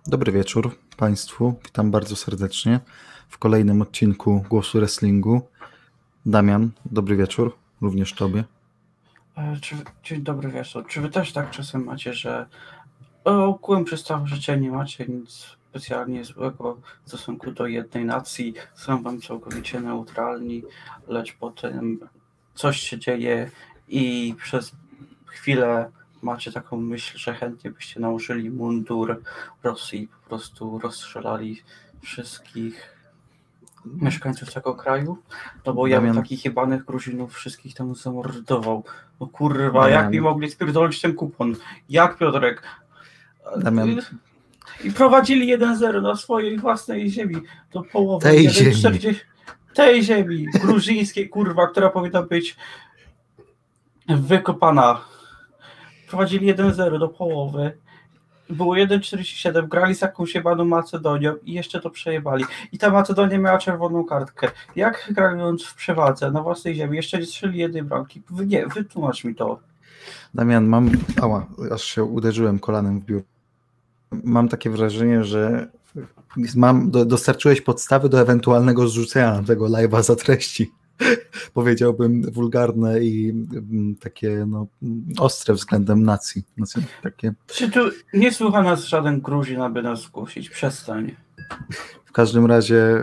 Dobry wieczór Państwu. Witam bardzo serdecznie w kolejnym odcinku Głosu Wrestlingu. Damian, dobry wieczór, również Tobie. Dzień dobry wieczór. Czy wy też tak czasem macie, że ogółem przez całe życie nie macie nic specjalnie złego w stosunku do jednej nacji, są wam całkowicie neutralni, lecz potem coś się dzieje i przez chwilę macie taką myśl, że chętnie byście nałożyli mundur Rosji i po prostu rozstrzelali wszystkich mieszkańców tego kraju? No bo ja bym Damian. takich jebanych Gruzinów wszystkich tam zamordował. No kurwa, jak mi mogli spierdolić ten kupon? Jak, Piotrek? Damian. I prowadzili 1-0 na swojej własnej ziemi do połowy. Tej ziemi gruzińskiej, kurwa, która powinna być wykopana. Prowadzili 1-0 do połowy. Było 1,47, grali z jakąś jebaną Macedonią i jeszcze to przejebali. I ta Macedonia miała czerwoną kartkę. Jak grając w przewadze na własnej ziemi, jeszcze nie strzeli jednej bramki? Nie, wytłumacz mi to. Damian, aż się uderzyłem kolanem w biurko. Mam takie wrażenie, że dostarczyłeś podstawy do ewentualnego zrzucenia tego live'a za treści. Powiedziałbym wulgarne i takie ostre względem nacji. Takie... Czy tu nie słucha nas żaden Gruzin, aby nas zgłosić? Przestań. W każdym razie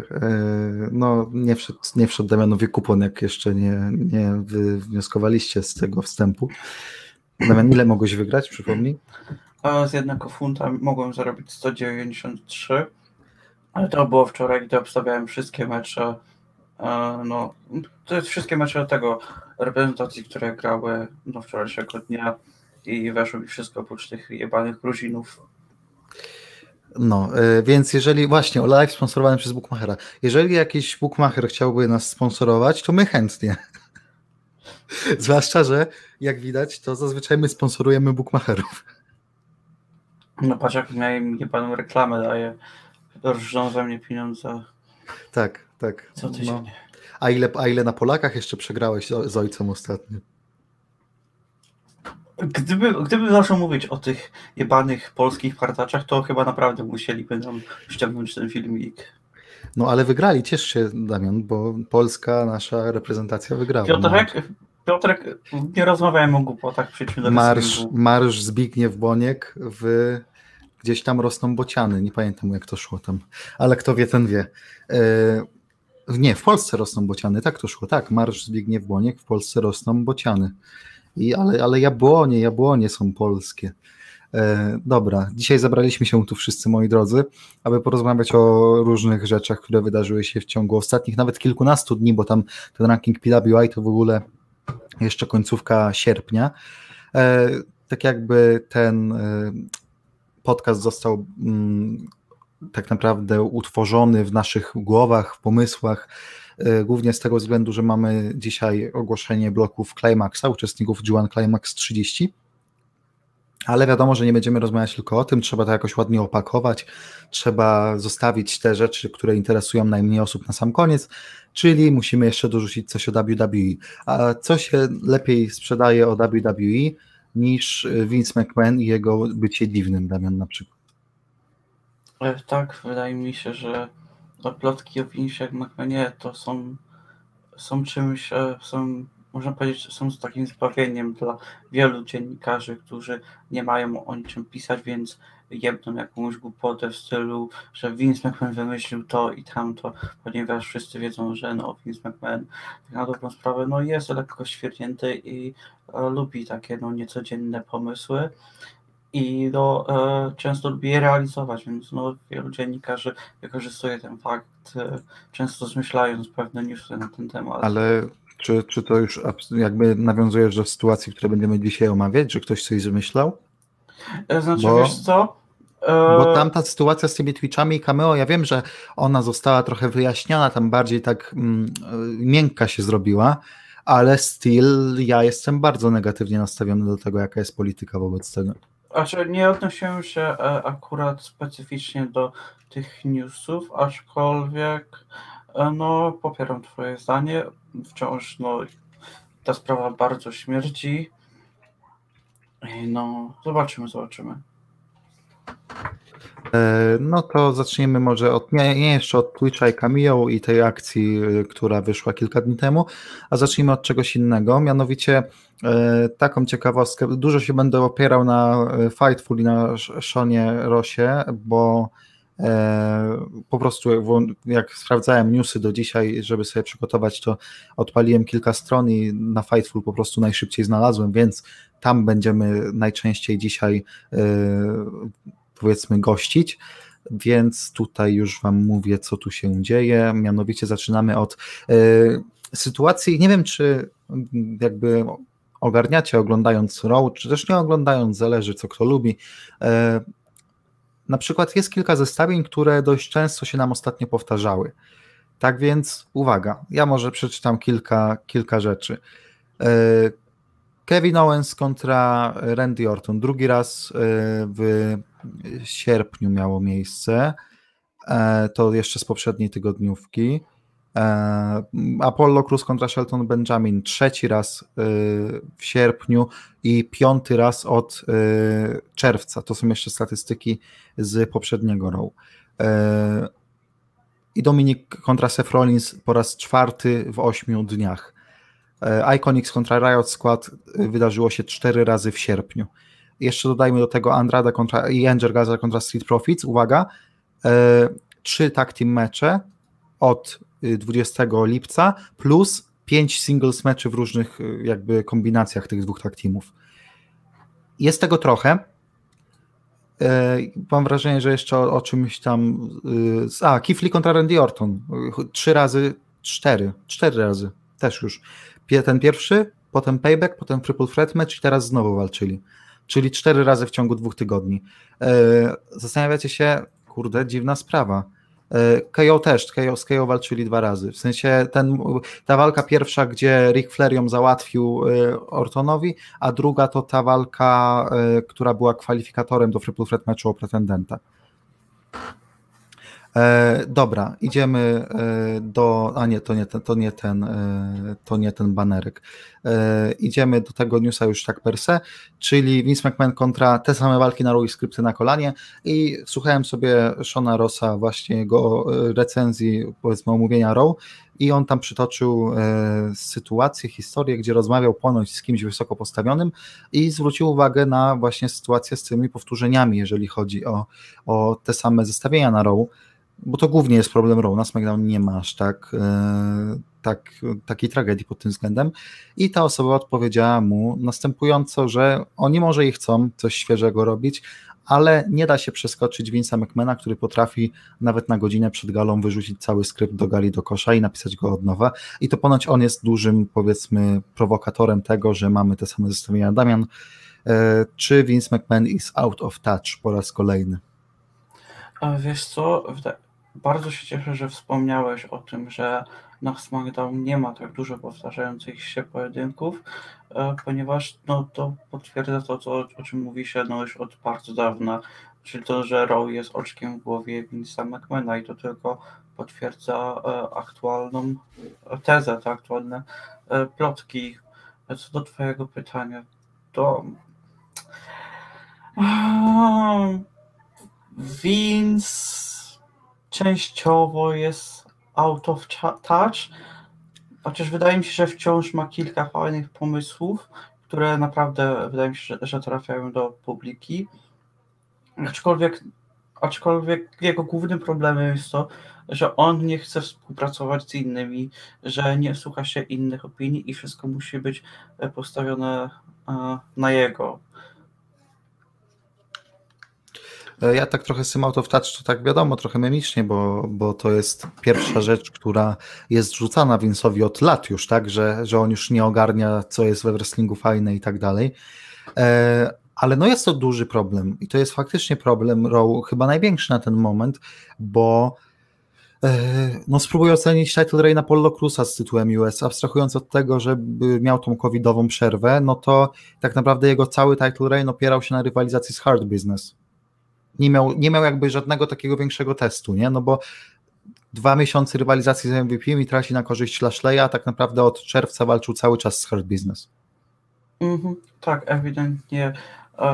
nie wszedł Damianowi kupon, jak jeszcze nie wywnioskowaliście z tego wstępu. Damian, ile mogłeś wygrać, przypomnij? Z jednego funta mogłem zarobić 193, ale to było wczoraj, gdy obstawiałem wszystkie mecze. To jest wszystkie mecze tego reprezentacji, które grały wczorajszego dnia i weszło mi wszystko oprócz tych jebanych Gruzinów. Więc jeżeli właśnie o live sponsorowany przez Bookmachera, jeżeli jakiś Bookmacher chciałby nas sponsorować, to my chętnie. Zwłaszcza, że jak widać, to zazwyczaj my sponsorujemy Bookmacherów. No patrz, jak miałem jebaną reklamę daje, rżną ze mnie pieniądze. Tak. Co tydzień. A ile na Polakach jeszcze przegrałeś z ojcem ostatnio? Gdyby zaczął mówić o tych jebanych polskich partaczach, to chyba naprawdę musieliby nam ściągnąć ten filmik. No ale wygrali, ciesz się, Damian, bo Polska, nasza reprezentacja wygrała. Piotrek, nie rozmawiałem o głupotach, przejdźmy do Marsz Zbigniew Boniek gdzieś tam rosną bociany, nie pamiętam jak to szło tam, ale kto wie, ten wie. Nie, w Polsce rosną bociany, tak to szło, tak, Marsz Zbigniew Boniek, w Polsce rosną bociany. Ale jabłonie są polskie. Dobra, dzisiaj zebraliśmy się tu wszyscy, moi drodzy, aby porozmawiać o różnych rzeczach, które wydarzyły się w ciągu ostatnich nawet kilkunastu dni, bo tam ten ranking PWI to w ogóle jeszcze końcówka sierpnia. Tak jakby ten podcast został tak naprawdę utworzony w naszych głowach, w pomysłach, głównie z tego względu, że mamy dzisiaj ogłoszenie bloków Climaxa, uczestników G1 Climax 30, ale wiadomo, że nie będziemy rozmawiać tylko o tym, trzeba to jakoś ładnie opakować, trzeba zostawić te rzeczy, które interesują najmniej osób na sam koniec, czyli musimy jeszcze dorzucić coś o WWE. A co się lepiej sprzedaje o WWE niż Vince McMahon i jego bycie dziwnym, Damian, na przykład? Tak, wydaje mi się, że plotki o Vince McMahonie to są czymś, można powiedzieć, są takim zbawieniem dla wielu dziennikarzy, którzy nie mają o niczym pisać, więc jebną jakąś głupotę w stylu, że Vince McMahon wymyślił to i tamto, ponieważ wszyscy wiedzą, że Vince McMahon tak na dobrą sprawę jest lekko świernięty i lubi takie niecodzienne pomysły i często lubi je realizować, więc wielu dziennikarzy wykorzystuje ten fakt, często zmyślając pewne newsy na ten temat. Ale czy to już jakby nawiązujesz do sytuacji, które będziemy dzisiaj omawiać, że ktoś coś zmyślał? Wiesz co? Bo tamta sytuacja z tymi Twitchami i cameo, ja wiem, że ona została trochę wyjaśniona, tam bardziej tak miękka się zrobiła, ale still ja jestem bardzo negatywnie nastawiony do tego, jaka jest polityka wobec tego. Znaczy, nie odnosiłem się akurat specyficznie do tych newsów, aczkolwiek popieram twoje zdanie. Wciąż ta sprawa bardzo śmierdzi. Zobaczymy. No to zacznijmy może nie jeszcze od Twitcha i Cameo i tej akcji, która wyszła kilka dni temu, a zacznijmy od czegoś innego, mianowicie taką ciekawostkę, dużo się będę opierał na Fightful i na Seanie Rossie, bo po prostu jak sprawdzałem newsy do dzisiaj, żeby sobie przygotować, to odpaliłem kilka stron i na Fightful po prostu najszybciej znalazłem, więc tam będziemy najczęściej dzisiaj powiedzmy gościć, więc tutaj już wam mówię, co tu się dzieje, mianowicie zaczynamy od sytuacji, nie wiem, czy jakby ogarniacie oglądając Raw, czy też nie oglądając, zależy co kto lubi. Na przykład jest kilka zestawień, które dość często się nam ostatnio powtarzały. Tak więc uwaga, ja może przeczytam kilka rzeczy. Kevin Owens kontra Randy Orton. Drugi raz w sierpniu miało miejsce. To jeszcze z poprzedniej tygodniówki. Apollo Crews kontra Shelton Benjamin. Trzeci raz w sierpniu i piąty raz od czerwca. To są jeszcze statystyki z poprzedniego Raw. I Dominik kontra Seth Rollins po raz czwarty w 8 dniach. Iconics kontra Riot Squad wydarzyło się 4 razy w sierpniu. Jeszcze dodajmy do tego Andrade i Angel Gaza kontra Street Profits. Uwaga, 3 tag team mecze od 20 lipca plus 5 singles meczy w różnych jakby kombinacjach tych dwóch tag teamów. Jest tego trochę. Mam wrażenie, że jeszcze o czymś tam... Keith Lee kontra Randy Orton. 4 razy też już. Ten pierwszy, potem Payback, potem Triple Threat match i teraz znowu walczyli. Czyli 4 razy w ciągu 2 tygodni. Zastanawiacie się, kurde, dziwna sprawa. KO też, z KO walczyli 2 razy. W sensie ta walka pierwsza, gdzie Ric Flair ją załatwił Ortonowi, a druga to ta walka, która była kwalifikatorem do Triple Threat meczu o pretendenta. Dobra, idziemy do... A nie, to nie ten banerek. Idziemy do tego newsa już tak per se, czyli Vince McMahon kontra te same walki na Raw i skrypty na kolanie i słuchałem sobie Seana Rossa, właśnie jego recenzji, powiedzmy omówienia Raw i on tam przytoczył sytuację, historię, gdzie rozmawiał ponoć z kimś wysoko postawionym i zwrócił uwagę na właśnie sytuację z tymi powtórzeniami, jeżeli chodzi o te same zestawienia na Raw, bo to głównie jest problem Raw, na SmackDown nie ma aż takiej tragedii pod tym względem i ta osoba odpowiedziała mu następująco, że oni może i chcą coś świeżego robić, ale nie da się przeskoczyć Vince'a McMahona, który potrafi nawet na godzinę przed galą wyrzucić cały skrypt do gali do kosza i napisać go od nowa i to ponoć on jest dużym, powiedzmy, prowokatorem tego, że mamy te same zestawienia. Damian, czy Vince McMahon is out of touch po raz kolejny? Wiesz co, bardzo się cieszę, że wspomniałeś o tym, że na SmackDown nie ma tak dużo powtarzających się pojedynków, ponieważ to potwierdza to, o czym mówi się już od bardzo dawna, czyli to, że Raw jest oczkiem w głowie Vince'a McMahona i to tylko potwierdza aktualną tezę, te aktualne plotki. Co do twojego pytania, to Vince częściowo jest out of touch, chociaż wydaje mi się, że wciąż ma kilka fajnych pomysłów, które naprawdę wydaje mi się, że trafiają do publiki. Aczkolwiek jego głównym problemem jest to, że on nie chce współpracować z innymi, że nie słucha się innych opinii i wszystko musi być postawione na jego. Ja tak trochę z tym out of touch, to tak wiadomo, trochę memicznie, bo to jest pierwsza rzecz, która jest rzucana Vince'owi od lat już, tak, że on już nie ogarnia, co jest we wrestlingu fajne i tak dalej. Ale no jest to duży problem i to jest faktycznie problem Raw, chyba największy na ten moment, bo no spróbuję ocenić title reign Apollo Crewsa z tytułem US, abstrahując od tego, że miał tą covidową przerwę, no to tak naprawdę jego cały title reign opierał się na rywalizacji z Hard Business. Nie miał jakby żadnego takiego większego testu, nie? No bo 2 miesiące rywalizacji z MVP i traci na korzyść Lashley'a, a tak naprawdę od czerwca walczył cały czas z Hard Business. Tak, ewidentnie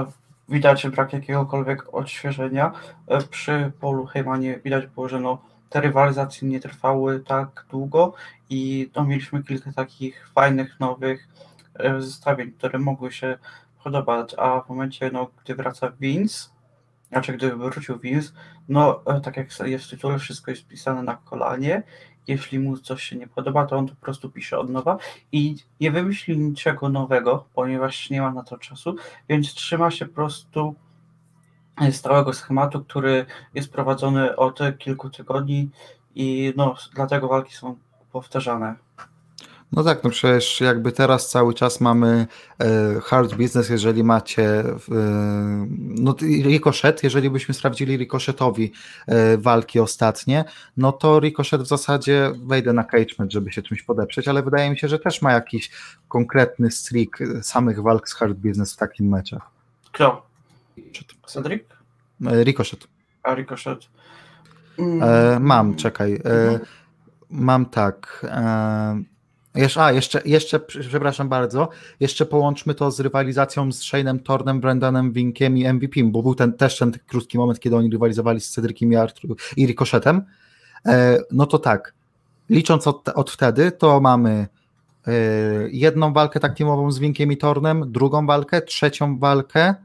widać brak jakiegokolwiek odświeżenia. Przy Paulu Heymanie widać było, że no, te rywalizacje nie trwały tak długo i no, mieliśmy kilka takich fajnych, nowych zestawień, które mogły się podobać, a w momencie, no, gdy wraca Vince, znaczy gdy wrócił Vince, no tak jak jest w tytule, wszystko jest pisane na kolanie. Jeśli mu coś się nie podoba, to on to po prostu pisze od nowa i nie wymyśli niczego nowego, ponieważ nie ma na to czasu, więc trzyma się po prostu stałego schematu, który jest prowadzony od kilku tygodni i no, dlatego walki są powtarzane. No tak, no przecież jakby teraz cały czas mamy hard business, jeżeli macie no Ricochet, jeżeli byśmy sprawdzili Ricochetowi walki ostatnie, no to Ricochet w zasadzie wejdę na cage match, żeby się czymś podeprzeć, ale wydaje mi się, że też ma jakiś konkretny streak samych walk z hard business w takim meczach. Kto? Cedric? Ricochet. A Ricochet? Mam, czekaj. Mam tak. Jeszcze, przepraszam bardzo, jeszcze połączmy to z rywalizacją z Shane'em Thornem, Brandonem Winkiem i MVP, bo był też ten krótki moment, kiedy oni rywalizowali z Cedriciem i Ricochetem. No to tak, licząc od wtedy, to mamy jedną walkę tak teamową z Winkiem i Thornem, drugą walkę, trzecią walkę,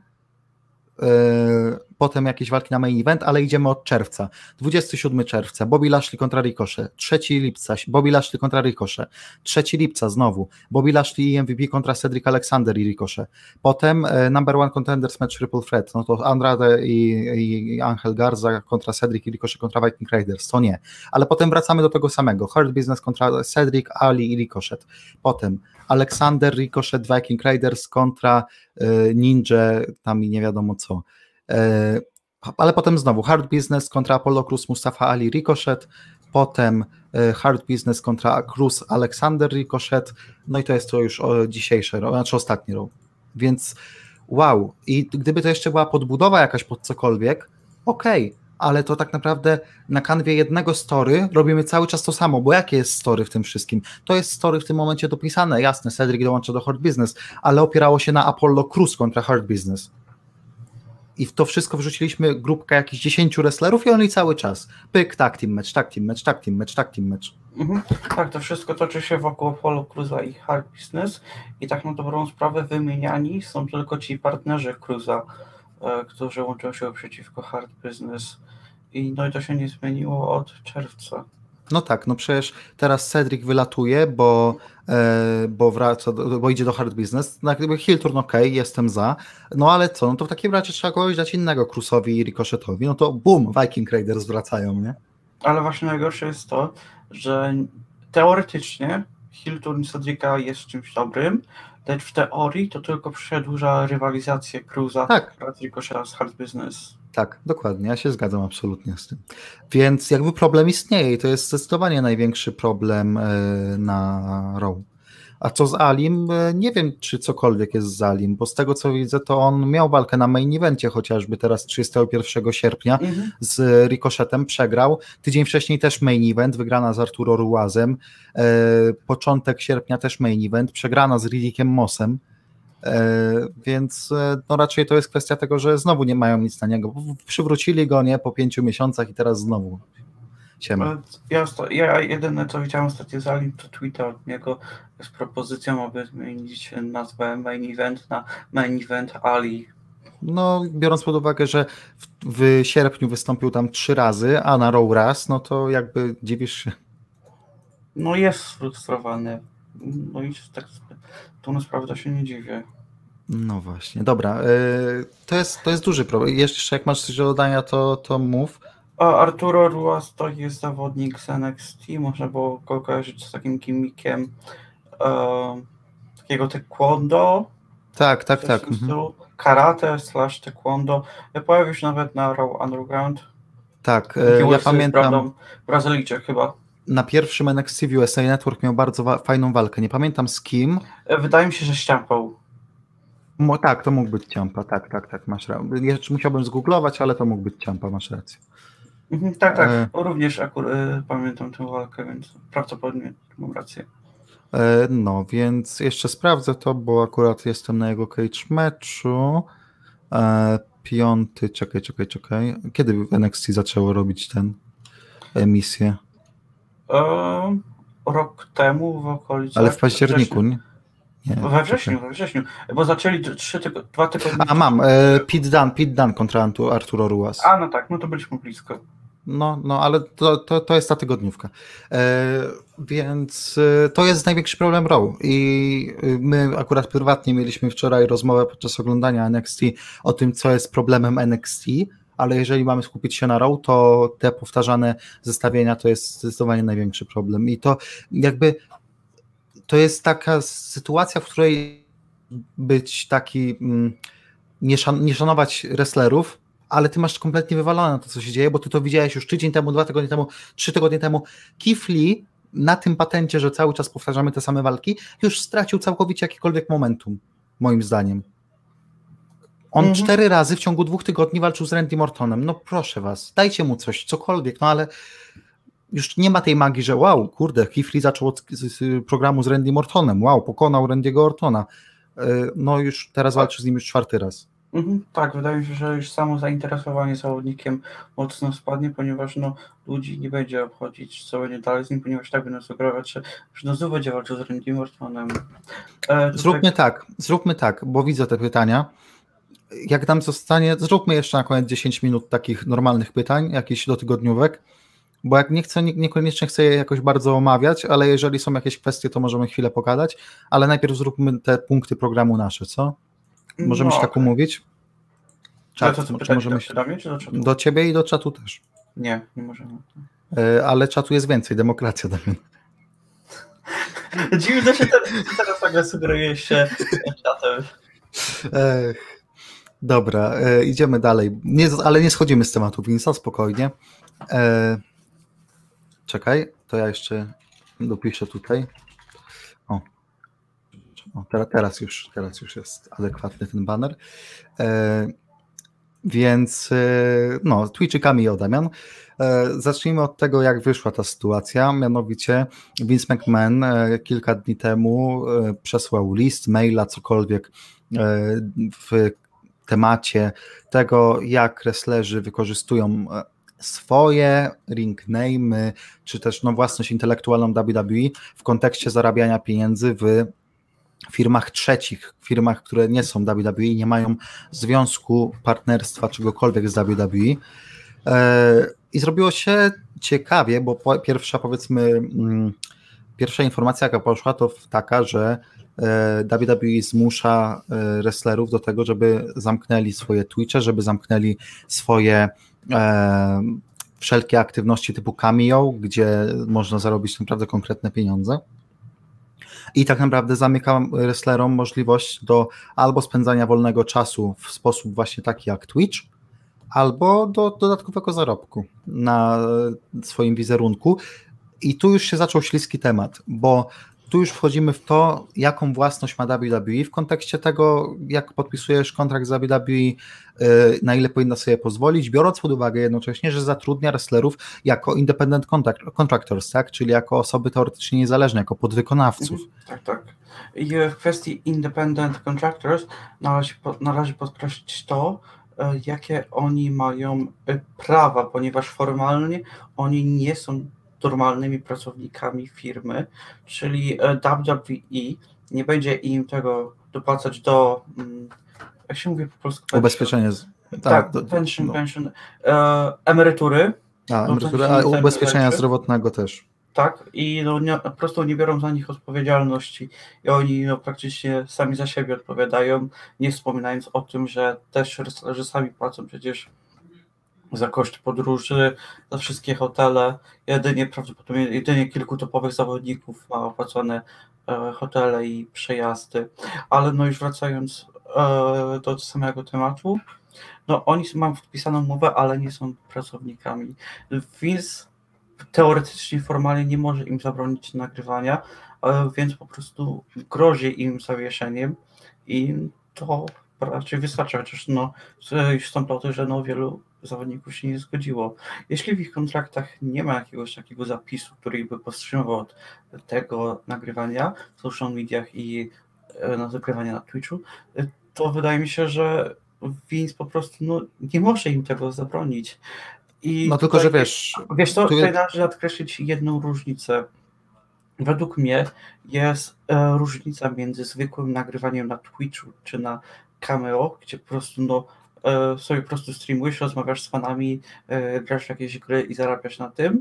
potem jakieś walki na main event, ale idziemy od czerwca. 27 czerwca, Bobby Lashley kontra Ricochet. 3 lipca, Bobby Lashley kontra Ricochet. 3 lipca znowu, Bobby Lashley i MVP kontra Cedric Alexander i Ricochet. Potem number one contenders match Triple Threat, no to Andrade i Angel Garza kontra Cedric i Ricochet kontra Viking Raiders, to nie. Ale potem wracamy do tego samego. Hard Business kontra Cedric, Ali i Ricochet. Potem Alexander, Ricochet, Viking Raiders kontra Ninja, tam i nie wiadomo co. Ale potem znowu Hard Business kontra Apollo Crews, Mustafa Ali, Ricochet, potem Hard Business kontra Cruz, Alexander, Ricochet, no i to jest to już dzisiejsze, znaczy ostatni rok. Więc wow, i gdyby to jeszcze była podbudowa jakaś pod cokolwiek, okej, ale to tak naprawdę na kanwie jednego story robimy cały czas to samo, bo jakie jest story w tym wszystkim? To jest story w tym momencie dopisane, jasne, Cedric dołącza do Hard Business, ale opierało się na Apollo Crews kontra Hard Business. I w to wszystko wrzuciliśmy grupkę jakichś 10 wrestlerów i oni cały czas. Pyk, tag team match, tag team match, tag team match, tag team match. Tak, to wszystko toczy się wokół Apollo Cruza i Hard Business i tak na dobrą sprawę wymieniani są tylko ci partnerzy Cruza, którzy łączą się przeciwko Hard Business i no i to się nie zmieniło od czerwca. No tak, no przecież teraz Cedric wylatuje, bo wraca, bo idzie do Hard Business. No jakby heel turn okej, jestem za. No ale co, no to w takim razie trzeba kogoś dać innego Cruzowi i Ricochetowi. No to boom, Viking Raiders wracają, nie? Ale właśnie najgorsze jest to, że teoretycznie heel turn Cedrica jest czymś dobrym, lecz w teorii to tylko przedłuża rywalizację Cruza z Ricocheta z Hard Business. Tak, dokładnie, ja się zgadzam absolutnie z tym. Więc jakby problem istnieje i to jest zdecydowanie największy problem na Raw. A co z Alim? Nie wiem, czy cokolwiek jest z Alim, bo z tego co widzę, to on miał walkę na main evencie chociażby teraz 31 sierpnia z Ricochetem, przegrał. Tydzień wcześniej też main event, wygrana z Arturo Ruazem. Początek sierpnia też main event, przegrana z Riddickiem Mossem. Więc no raczej to jest kwestia tego, że znowu nie mają nic na niego. Przywrócili go nie po 5 miesiącach i teraz znowu siema. Ja jedyne co widziałem ostatnio z Alim to tweeta od niego z propozycją, aby zmienić nazwę main event na main event Ali. No biorąc pod uwagę, że w sierpniu wystąpił tam 3 razy, a na Raw raz, no to jakby dziwisz się. No jest sfrustrowany. No i tak tu naprawdę się nie dziwię. No właśnie, dobra. To jest duży problem. Jeszcze jak masz coś do dodania, to mów. A Arturo Ruas to jest zawodnik z NXT, można było go kojarzyć z takim gimmickiem takiego taekwondo. Tak. Karate / taekwondo. Pojawił się nawet na Raw Underground. Tak, ja pamiętam. Brazylijczyk chyba. Na pierwszym NXT w USA Network miał bardzo fajną walkę. Nie pamiętam z kim. Wydaje mi się, że ściąpał. Tak, to mógł być Ciampa. Tak, masz rację. Jeszcze musiałbym zgooglować, ale to mógł być Ciampa, masz rację. Tak. Również pamiętam tę walkę, więc prawdopodobnie mam rację. No, więc jeszcze sprawdzę to, bo akurat jestem na jego cage meczu. Piąty, czekaj. Kiedy NXT zaczęło robić emisję? Rok temu w okolicach... Ale w październiku, nie? We wrześniu, bo zaczęli 2 tygodnie A mam, Pete Dunne kontra Arturo Ruas. A, no tak, no to byliśmy blisko. No, ale to jest ta tygodniówka. Więc to jest największy problem Raw. I my akurat prywatnie mieliśmy wczoraj rozmowę podczas oglądania NXT o tym, co jest problemem NXT, ale jeżeli mamy skupić się na Raw, to te powtarzane zestawienia to jest zdecydowanie największy problem. I to jakby to jest taka sytuacja, w której być taki, nie szanować wrestlerów, ale ty masz kompletnie wywalone na to, co się dzieje, bo ty to widziałeś już tydzień temu, 2 tygodnie temu, 3 tygodnie temu. Keith Lee na tym patencie, że cały czas powtarzamy te same walki, już stracił całkowicie jakiekolwiek momentum, moim zdaniem. On 4 razy w ciągu 2 tygodni walczył z Randy Ortonem. No proszę was, dajcie mu coś, cokolwiek, no ale już nie ma tej magii, że wow, kurde, Keith Lee zaczął od programu z Randy Ortonem, wow, pokonał Randy'ego Ortona. No już teraz walczy z nim już 4 raz. Tak, wydaje mi się, że już samo zainteresowanie zawodnikiem mocno spadnie, ponieważ ludzi nie będzie obchodzić, co będzie dalej z nim, ponieważ tak będą sugerować, że znów będzie walczył z Randy Ortonem. Zróbmy tak, bo widzę te pytania. Jak nam zostanie, zróbmy jeszcze na koniec 10 minut takich normalnych pytań, jakichś do tygodniówek, bo jak niekoniecznie chcę je jakoś bardzo omawiać, ale jeżeli są jakieś kwestie, to możemy chwilę pogadać, ale najpierw zróbmy te punkty programu nasze, co? Możemy się tak umówić? Czy możemy się... Do ciebie i do czatu też. Nie możemy. Ale czatu jest więcej, demokracja, Damian. Dziwne, że teraz nagle sugeruje się czatem. Dobra, idziemy dalej. Ale nie schodzimy z tematu Vince'a, spokojnie. Czekaj, to ja jeszcze dopiszę tutaj. Teraz już jest adekwatny ten banner. Więc Twitch i Cameo, Damian. Zacznijmy od tego, jak wyszła ta sytuacja. Mianowicie Vince McMahon kilka dni temu przesłał list, maila, cokolwiek w temacie tego, jak wrestlerzy wykorzystują swoje ring name'y, czy też własność intelektualną WWE w kontekście zarabiania pieniędzy w firmach trzecich, firmach, które nie są WWE, nie mają związku, partnerstwa, czegokolwiek z WWE. I zrobiło się ciekawie, bo pierwsza informacja, jaka poszła, to taka, że WWE zmusza wrestlerów do tego, żeby zamknęli swoje Twitche, żeby zamknęli swoje wszelkie aktywności typu Cameo, gdzie można zarobić naprawdę konkretne pieniądze. I tak naprawdę zamyka wrestlerom możliwość do albo spędzania wolnego czasu w sposób właśnie taki jak Twitch, albo do dodatkowego zarobku na swoim wizerunku. I tu już się zaczął śliski temat, bo tu już wchodzimy w to, jaką własność ma WWE w kontekście tego, jak podpisujesz kontrakt z WWE, na ile powinna sobie pozwolić, biorąc pod uwagę jednocześnie, że zatrudnia wrestlerów jako independent contractors, tak? Czyli jako osoby teoretycznie niezależne, jako podwykonawców. Tak. I w kwestii independent contractors należy podkreślić to, jakie oni mają prawa, ponieważ formalnie oni nie są normalnymi pracownikami firmy, czyli WWE nie będzie im tego dopłacać do, jak się mówi po polsku? Ubezpieczenie. Pension, emerytury. A ubezpieczenia zdrowotnego też. Tak, i po prostu nie biorą za nich odpowiedzialności i oni praktycznie sami za siebie odpowiadają, nie wspominając o tym, że też wrestlerzy sami płacą przecież za koszt podróży, za wszystkie hotele. Jedynie kilku topowych zawodników ma opłacone hotele i przejazdy. Ale już wracając do samego tematu, oni mają podpisaną umowę, ale nie są pracownikami. Więc teoretycznie, formalnie nie może im zabronić nagrywania, więc po prostu grozi im zawieszeniem i to raczej wystarcza, chociaż już są ploty, że wielu zawodników się nie zgodziło. Jeśli w ich kontraktach nie ma jakiegoś takiego zapisu, który by powstrzymywał od tego nagrywania w social mediach i nagrywania na Twitchu, to wydaje mi się, że Vince po prostu nie może im tego zabronić. I No tylko, że wiesz... Tutaj należy nadkreślić jedną różnicę. Według mnie jest różnica między zwykłym nagrywaniem na Twitchu czy na Cameo, gdzie po prostu sobie po prostu streamujesz, rozmawiasz z fanami, grasz w jakieś gry i zarabiasz na tym,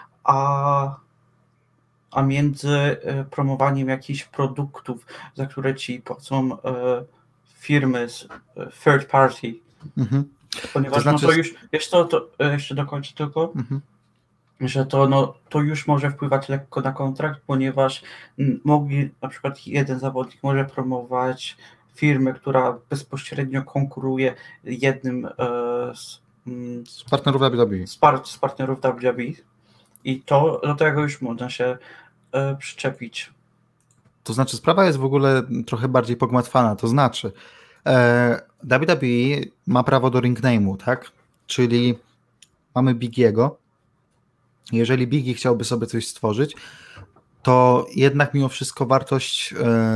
a między promowaniem jakichś produktów, za które ci płacą firmy z third party. Ponieważ to już, wiesz co, to jeszcze dokończę tylko, że to już może wpływać lekko na kontrakt, ponieważ mogli, na przykład jeden zawodnik może promować firmę, która bezpośrednio konkuruje jednym z partnerów WWE. Z partnerów WWE i to do tego już można się przyczepić. To znaczy sprawa jest w ogóle trochę bardziej pogmatwana, to znaczy WWE ma prawo do ring name'u, tak? Czyli mamy Bigiego. Jeżeli Biggie chciałby sobie coś stworzyć, to jednak mimo wszystko wartość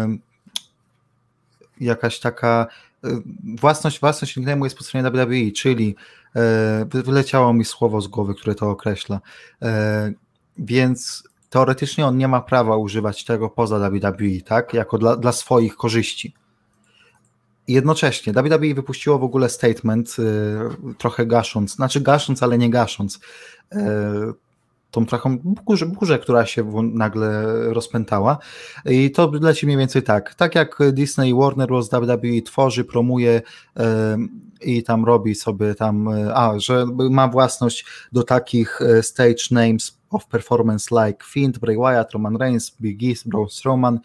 jakaś taka własność ring name'u jest po stronie WWE, czyli wyleciało mi słowo z głowy, które to określa. Więc teoretycznie on nie ma prawa używać tego poza WWE, tak? Jako dla swoich korzyści. Jednocześnie WWE wypuściło w ogóle statement, trochę gasząc, ale nie gasząc, tą taką burzę, która się nagle rozpętała. I to leci mniej więcej tak jak Disney Warner Bros. WWE tworzy, promuje i tam robi sobie tam, że ma własność do takich stage names of performance like Fiend, Bray Wyatt, Roman Reigns, Big E, Braun Strowman,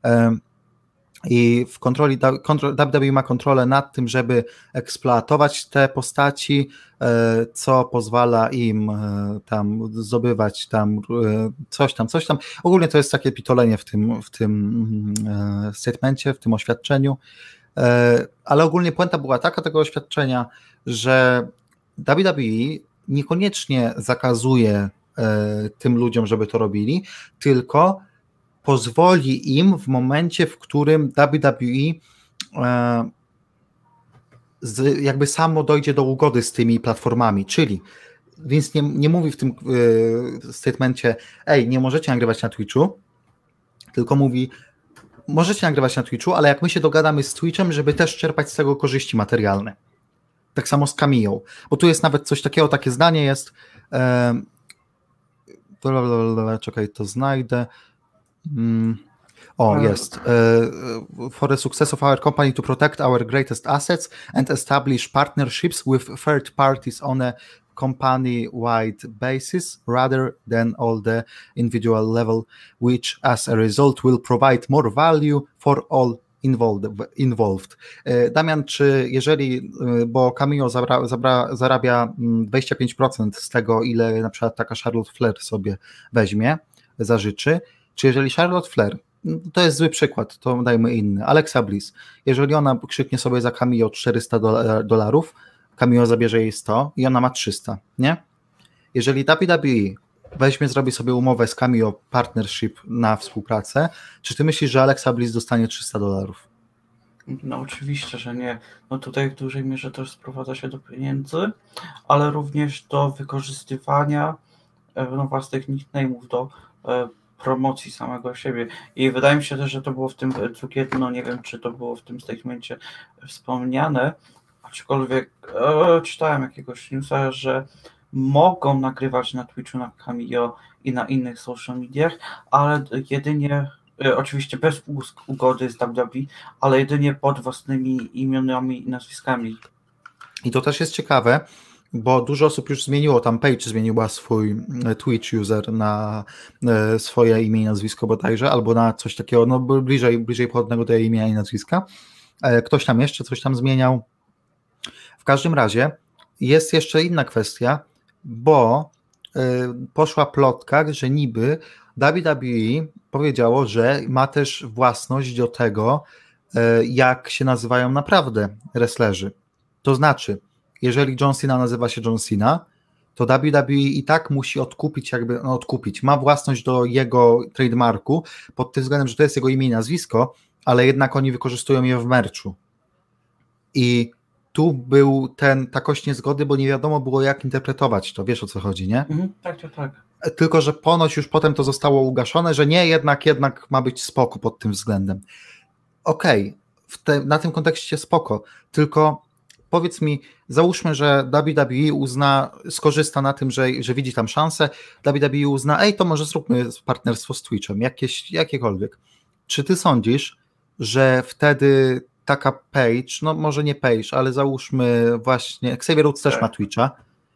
i w kontroli WWE ma kontrolę nad tym, żeby eksploatować te postaci, co pozwala im tam zdobywać tam coś tam. Ogólnie to jest takie pitolenie w tym statemencie, w tym oświadczeniu, ale ogólnie puenta była taka tego oświadczenia, że WWE niekoniecznie zakazuje tym ludziom, żeby to robili, tylko pozwoli im w momencie, w którym WWE jakby samo dojdzie do ugody z tymi platformami, czyli więc nie mówi w tym statemencie, nie możecie nagrywać na Twitchu, tylko mówi, możecie nagrywać na Twitchu, ale jak my się dogadamy z Twitchem, żeby też czerpać z tego korzyści materialne. Tak samo z Cameo, bo tu jest nawet coś takiego, takie zdanie jest, czekaj, to znajdę. Jest. For the success of our company to protect our greatest assets and establish partnerships with third parties on a company-wide basis rather than all the individual level, which as a result will provide more value for all involved. Damian, czy jeżeli, bo Cameo zarabia 25% z tego, ile na przykład taka Charlotte Flair sobie weźmie, zażyczy, czy jeżeli Charlotte Flair, to jest zły przykład, to dajmy inny, Alexa Bliss, jeżeli ona krzyknie sobie za Cameo $400, Cameo zabierze jej 100 i ona ma 300, nie? Jeżeli WWE zrobi sobie umowę z Cameo Partnership na współpracę, czy ty myślisz, że Alexa Bliss dostanie $300? No oczywiście, że nie. No tutaj w dużej mierze też sprowadza się do pieniędzy, ale również do wykorzystywania własnych nickname'ów do promocji samego siebie. I wydaje mi się też, że to było w tym drugie, nie wiem, czy to było w tym statemencie wspomniane, aczkolwiek czytałem jakiegoś newsa, że mogą nagrywać na Twitchu, na Cameo i na innych social mediach, ale jedynie, oczywiście bez ugody z WWE, ale jedynie pod własnymi imionami i nazwiskami. I to też jest ciekawe, bo dużo osób już zmieniło, tam Paige zmieniła swój Twitch user na swoje imię i nazwisko bodajże, albo na coś takiego, bliżej podobnego do jej imienia i nazwiska. Ktoś tam jeszcze coś tam zmieniał. W każdym razie jest jeszcze inna kwestia, bo poszła plotka, że niby WWE powiedziało, że ma też własność do tego, jak się nazywają naprawdę wrestlerzy. To znaczy, jeżeli John Cena nazywa się John Cena, to WWE i tak musi odkupić, ma własność do jego trademarku pod tym względem, że to jest jego imię i nazwisko, ale jednak oni wykorzystują je w merchu. I tu był ta kość niezgody, bo nie wiadomo było, jak interpretować to, wiesz o co chodzi, nie? Tak. Tylko że ponoć już potem to zostało ugaszone, że nie, jednak ma być spoko pod tym względem. Okej, na tym kontekście spoko, tylko powiedz mi, załóżmy, że WWE skorzysta na tym, że widzi tam szansę, WWE uzna, to może zróbmy partnerstwo z Twitchem, jakiekolwiek. Czy ty sądzisz, że wtedy taka Page, no może nie Page, ale załóżmy właśnie, Xavier Woods też ma Twitcha,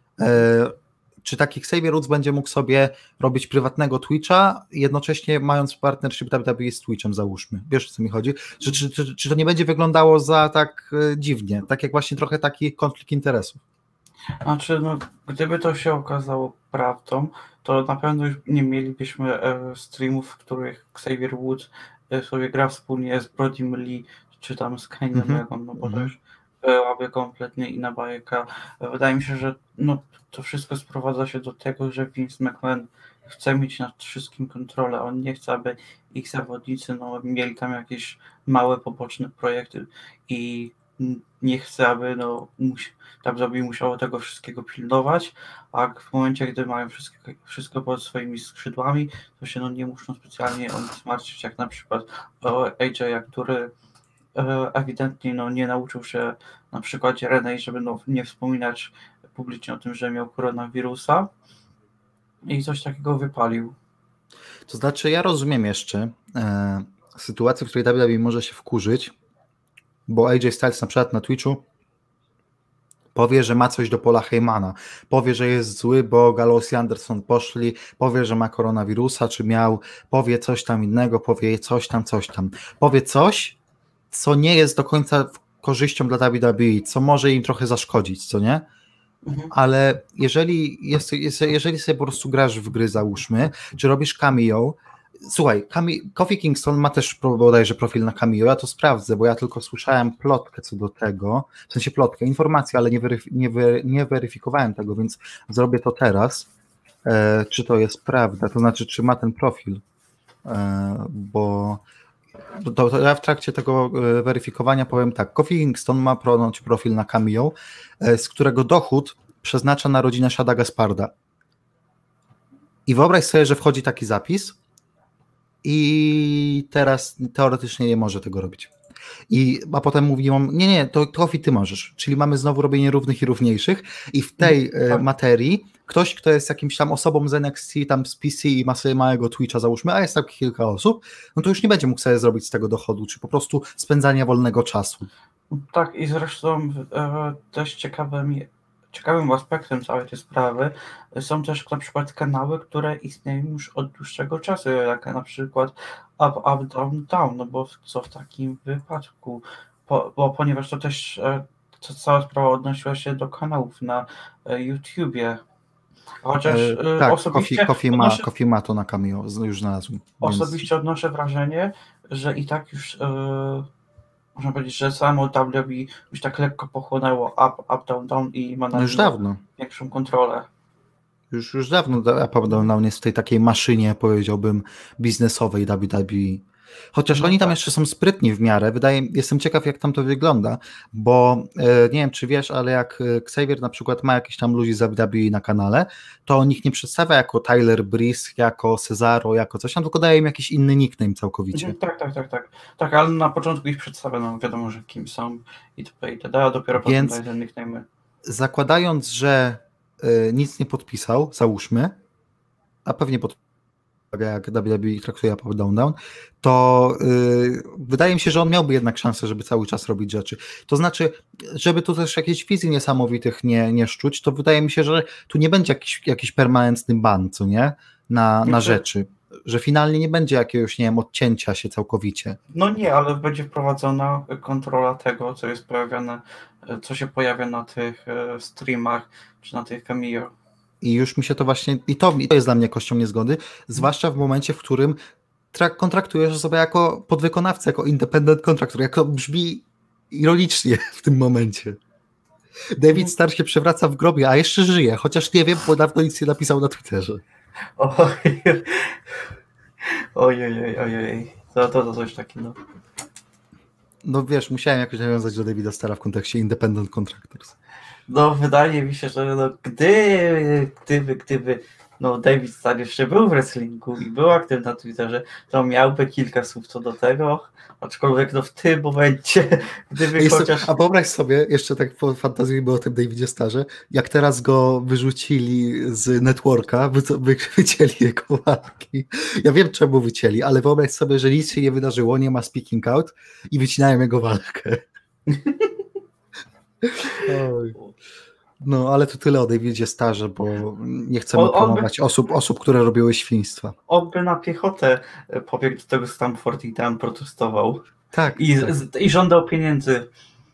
czy taki Xavier Woods będzie mógł sobie robić prywatnego Twitcha, jednocześnie mając partnership WWE z Twitchem, załóżmy. Wiesz, o co mi chodzi? Czy to nie będzie wyglądało za tak dziwnie? Tak jak właśnie trochę taki konflikt interesów. Znaczy, gdyby to się okazało prawdą, to na pewno już nie mielibyśmy streamów, w których Xavier Woods sobie gra wspólnie z Brodym Lee, czy tam z Kenny Omegon, bo to już byłaby kompletnie inna bajka. Wydaje mi się, że to wszystko sprowadza się do tego, że Vince McMahon chce mieć nad wszystkim kontrolę. On nie chce, aby ich zawodnicy mieli tam jakieś małe, poboczne projekty i nie chce, aby WWE musiało tego wszystkiego pilnować, a w momencie, gdy mają wszystko pod swoimi skrzydłami, to się nie muszą specjalnie o nic martwić, jak na przykład AJ, który ewidentnie nie nauczył się na przykładzie Renej, żeby nie wspominać publicznie o tym, że miał koronawirusa i coś takiego wypalił. To znaczy, ja rozumiem jeszcze sytuację, w której WWE może się wkurzyć, bo AJ Styles na przykład na Twitchu powie, że ma coś do Paula Heymana, powie, że jest zły, bo Gallows i Anderson poszli, powie, że ma koronawirusa, czy miał, powie coś tam innego, powie coś tam, powie coś, co nie jest do końca korzyścią dla WWE, co może im trochę zaszkodzić, co nie? Ale jeżeli sobie po prostu grasz w gry, załóżmy, czy robisz cameo, słuchaj, Kofi Kingston ma też bodajże profil na cameo, ja to sprawdzę, bo ja tylko słyszałem plotkę co do tego, w sensie plotkę, informację, ale nie weryfikowałem tego, więc zrobię to teraz, czy to jest prawda, to znaczy, czy ma ten profil, bo to ja w trakcie tego weryfikowania powiem tak, Kofi Kingston ma profil na cameo, z którego dochód przeznacza na rodzinę Shada Gasparda. I wyobraź sobie, że wchodzi taki zapis i teraz teoretycznie nie może tego robić. A potem mówi mu, nie, to Kofi, ty możesz. Czyli mamy znowu robienie równych i równiejszych i w tej materii ktoś, kto jest jakimś tam osobą z NXT, tam z PC i ma sobie małego Twitcha, załóżmy, a jest tak kilka osób, no to już nie będzie mógł sobie zrobić z tego dochodu, czy po prostu spędzania wolnego czasu. Tak, i zresztą też ciekawym aspektem całej tej sprawy są też na przykład kanały, które istnieją już od dłuższego czasu, jak na przykład Up, Down, Down, bo co w takim wypadku, ponieważ to też cała sprawa odnosiła się do kanałów na YouTubie. Chociaż tak, osobiście Kofi ma to na cameo, już znalazłem. Osobiście odnoszę wrażenie, że i tak już można powiedzieć, że samo WWE już tak lekko pochłonęło up, down, down i ma na już dawno większą kontrolę. Już dawno Up, Down, Down jest w tej takiej maszynie, powiedziałbym, biznesowej WWE. Chociaż oni tam jeszcze są sprytni w miarę, jestem ciekaw, jak tam to wygląda, bo nie wiem, czy wiesz, ale jak Xavier na przykład ma jakieś tam ludzi z WWE na kanale, to on ich nie przedstawia jako Tyler Breeze, jako Cesaro, jako coś tam, tylko daje im jakiś inny nickname całkowicie. Tak, ale na początku ich przedstawia, wiadomo, że kim są itd., a dopiero potem daje ten nickname. Zakładając, że nic nie podpisał, załóżmy, a pewnie jak WWE traktuje Up, Down, Down, to wydaje mi się, że on miałby jednak szansę, żeby cały czas robić rzeczy. To znaczy, żeby tu też jakichś wizji niesamowitych nie szczuć, to wydaje mi się, że tu nie będzie jakiś permanentny ban, co nie? Na rzeczy. Że finalnie nie będzie jakiegoś, nie wiem, odcięcia się całkowicie. No nie, ale będzie wprowadzona kontrola tego, co się pojawia na tych streamach, czy na tych cameo. I już mi się to właśnie, i to jest dla mnie kością niezgody, zwłaszcza w momencie, w którym kontraktujesz sobie jako podwykonawcę, jako independent contractor, jak to brzmi ironicznie w tym momencie. David Starr się przewraca w grobie, a jeszcze żyje, chociaż nie wiem, bo dawno nic nie napisał na Twitterze. Ojej. To coś takiego. No wiesz, musiałem jakoś nawiązać do Davida Starra w kontekście Independent Contractors. No wydaje mi się, że no, gdyby no David Starr jeszcze był w wrestlingu i był aktywny na Twitterze, to miałby kilka słów co do tego, aczkolwiek no w tym momencie, gdyby chociaż... A wyobraź sobie, jeszcze tak fantazjujmy o tym Davidzie Starze, jak teraz go wyrzucili z networka, wycięli jego walki. Ja wiem, czemu wycięli, ale wyobraź sobie, że nic się nie wydarzyło, nie ma speaking out i wycinają jego walkę. Oj. No, ale to tyle o Davidzie Starze, bo nie chcemy promować osób, które robiły świństwa. On by na piechotę pobiegł do tego Stamford i tam protestował. Tak. I żądał pieniędzy.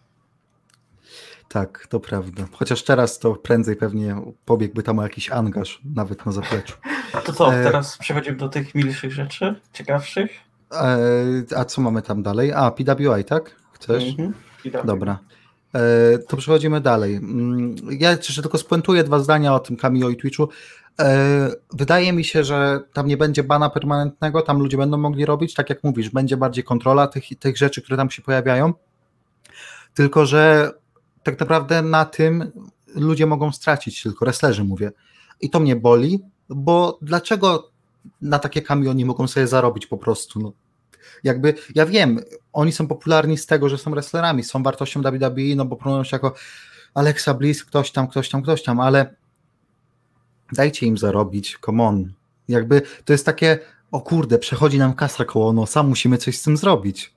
Tak, to prawda. Chociaż teraz to prędzej pewnie pobiegłby tam o jakiś angaż, nawet na zapleczu. To co, teraz przechodzimy do tych milszych rzeczy, ciekawszych? A co mamy tam dalej? A, PWI, tak? Chcesz? PWI. Dobra. To przechodzimy dalej. Ja jeszcze tylko spuentuję 2 zdania o tym Cameo i Twitchu. Wydaje mi się, że tam nie będzie bana permanentnego, tam ludzie będą mogli robić, tak jak mówisz, będzie bardziej kontrola tych rzeczy, które tam się pojawiają, tylko że tak naprawdę na tym ludzie mogą stracić, tylko wrestlerzy mówię. I to mnie boli, bo dlaczego na takie cameo nie mogą sobie zarobić po prostu? No. Jakby, ja wiem, oni są popularni z tego, że są wrestlerami, są wartością WWE, no bo promują się jako Alexa Bliss, ktoś tam, ale dajcie im zarobić, come on. Jakby to jest takie, o kurde, przechodzi nam kasa koło nosa, musimy coś z tym zrobić.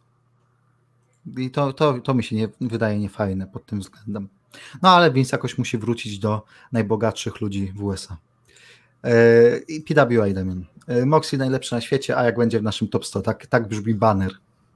I to mi się wydaje niefajne pod tym względem. No ale Vince jakoś musi wrócić do najbogatszych ludzi w USA. I PWI, Damian. Moxley najlepszy na świecie, a jak będzie w naszym top 100? Tak brzmi banner.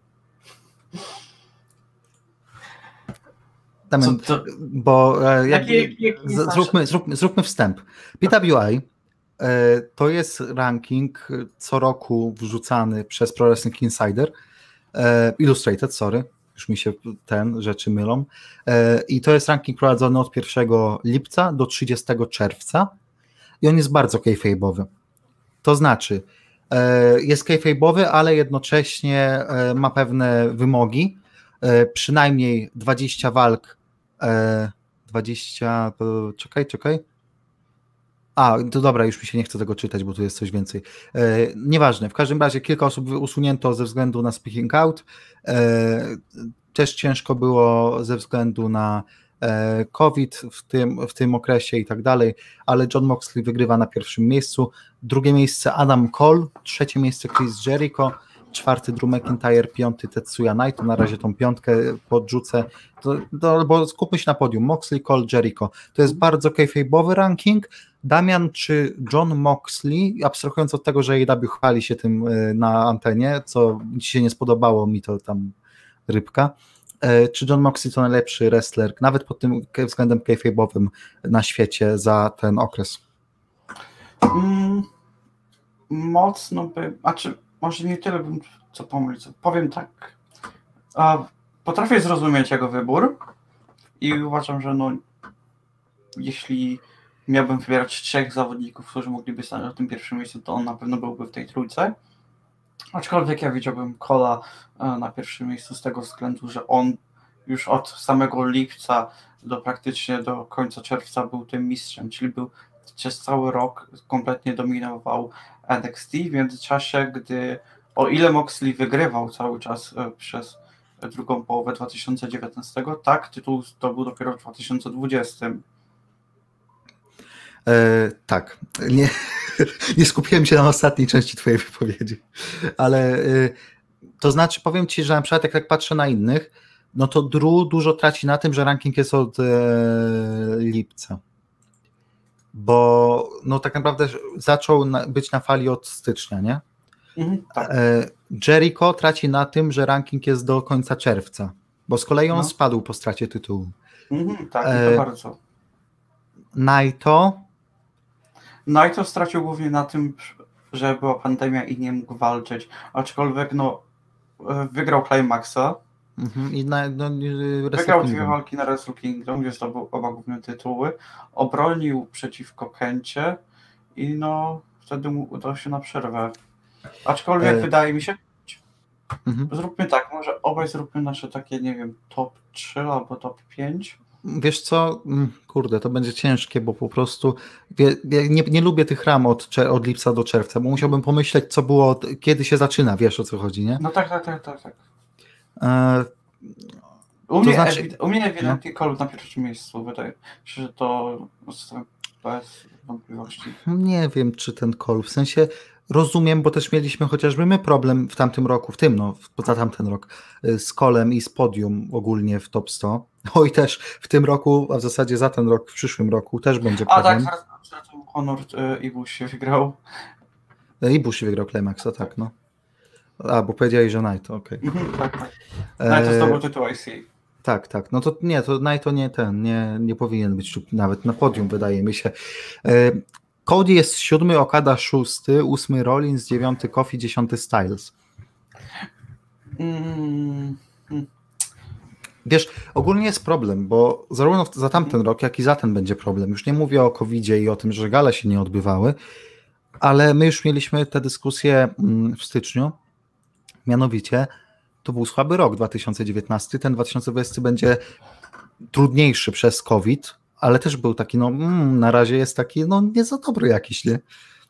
Damian, bo zróbmy wstęp. PWI to jest ranking co roku wrzucany przez Pro Wrestling Insider, Illustrated, sorry, już mi się rzeczy mylą. I to jest ranking prowadzony od 1 lipca do 30 czerwca i on jest bardzo kayfabe'owy. To znaczy, jest kayfabe'owy, ale jednocześnie ma pewne wymogi, przynajmniej 20 walk, 20, czekaj. A, to dobra, już mi się nie chce tego czytać, bo tu jest coś więcej. Nieważne, w każdym razie kilka osób usunięto ze względu na speaking out. Też ciężko było ze względu na COVID w tym okresie i tak dalej, ale Jon Moxley wygrywa na 1. miejscu, 2. miejsce Adam Cole, 3. miejsce Chris Jericho, 4. Drew McIntyre, 5. Tetsuya Naito, na razie tą 5 podrzucę, bo skupmy się na podium, Moxley, Cole, Jericho, to jest bardzo kayfabe'owy ranking. Damian, czy Jon Moxley, abstrahując od tego, że AEW chwali się tym na antenie, co ci się nie spodobało, mi to tam rybka, czy Jon Moxley to najlepszy wrestler, nawet pod tym względem kayfabe'owym na świecie za ten okres? Mocno może nie tyle bym co pomylić. Powiem tak. Potrafię zrozumieć jego wybór i uważam, że jeśli miałbym wybierać 3 zawodników, którzy mogliby stać na tym 1. miejscu, to on na pewno byłby w tej trójce. Aczkolwiek ja widziałbym Cole'a na 1. miejscu z tego względu, że on już od samego lipca praktycznie do końca czerwca był tym mistrzem, czyli był przez cały rok kompletnie dominował NXT. W międzyczasie, o ile Moxley wygrywał cały czas przez drugą połowę 2019, tak, tytuł zdobył dopiero w 2020. Tak, nie skupiłem się na ostatniej części twojej wypowiedzi, ale to znaczy powiem ci, że na przykład jak tak patrzę na innych, no to Drew dużo traci na tym, że ranking jest od lipca, bo no tak naprawdę zaczął być na fali od stycznia, nie? Tak. Jericho traci na tym, że ranking jest do końca czerwca, bo z kolei on spadł po stracie tytułu. Tak, i to bardzo. Naito stracił głównie na tym, że była pandemia i nie mógł walczyć, aczkolwiek wygrał Climaxa, wygrał 2 walki na Wrestle Kingdom, gdzie zdobył 2 główne tytuły, obronił przeciwko Kencie i wtedy mu udało się na przerwę. Aczkolwiek wydaje mi się, Zróbmy tak, może obaj zróbmy nasze takie, nie wiem, top 3 albo top 5. Wiesz co, kurde, to będzie ciężkie, bo po prostu nie lubię tych ram od lipca do czerwca, bo musiałbym pomyśleć, co było, kiedy się zaczyna, wiesz o co chodzi, nie? No tak. E, U mnie ewidentnie Call na pierwszym miejscu, wydaje się, że to bez wątpliwości. Nie wiem, czy ten Call, w sensie rozumiem, bo też mieliśmy chociażby my problem w tamtym roku, poza tamten rok, z Callem i z podium ogólnie w top 100. Oj, też w tym roku, a w zasadzie za ten rok, w przyszłym roku też będzie problem. A tak, zaraz Honor i Bush się wygrał. I Bush wygrał Climaxa, tak, no. A, bo powiedziałeś, że Naito, okej. Tak. Naito zdobył tytuł IC. Tak. No to nie, to Naito nie powinien być nawet na podium, wydaje mi się. Cody jest 7, Okada 6, 8 Rollins, 9 Kofi, 10 Styles. Wiesz, ogólnie jest problem, bo zarówno za tamten rok, jak i za ten będzie problem. Już nie mówię o COVID-zie i o tym, że gale się nie odbywały, ale my już mieliśmy tę dyskusję w styczniu. Mianowicie, to był słaby rok 2019, ten 2020 będzie trudniejszy przez COVID, ale też był taki, na razie jest taki, nie za dobry jakiś, nie?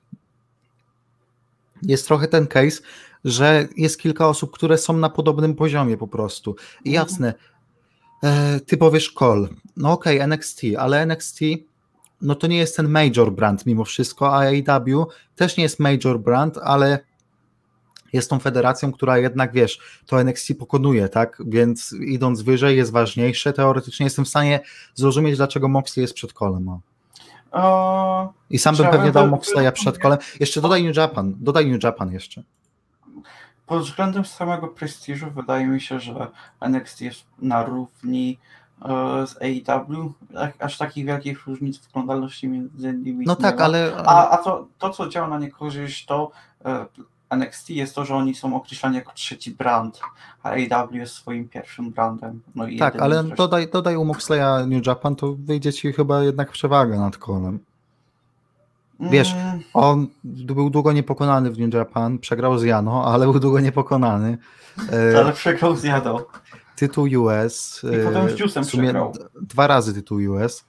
Jest trochę ten case, że jest kilka osób, które są na podobnym poziomie po prostu. I jasne, ty powiesz Call, no okej, NXT, ale NXT to nie jest ten major brand mimo wszystko, a AEW też nie jest major brand, ale jest tą federacją, która jednak, wiesz, to NXT pokonuje, tak? Więc idąc wyżej jest ważniejsze. Teoretycznie jestem w stanie zrozumieć, dlaczego Moxley jest przed Colem. I sam bym pewnie dał Moxleya przed Colem. Jeszcze dodaj New Japan jeszcze. Pod względem samego prestiżu wydaje mi się, że NXT jest na równi z AEW. Aż takich wielkich różnic w oglądalności między nimi no tak, ale... A to, co działa na niekorzyść, to NXT jest to, że oni są określani jako trzeci brand, a AEW jest swoim pierwszym brandem. No i tak, ale dodaj u Moxleya New Japan, to wyjdzie ci chyba jednak przewaga nad Colem. Wiesz, on był długo niepokonany w New Japan, przegrał z Jano, ale był długo niepokonany. Ale przegrał z Jano. Tytuł US. I potem z Juice'em przegrał. 2 razy tytuł US.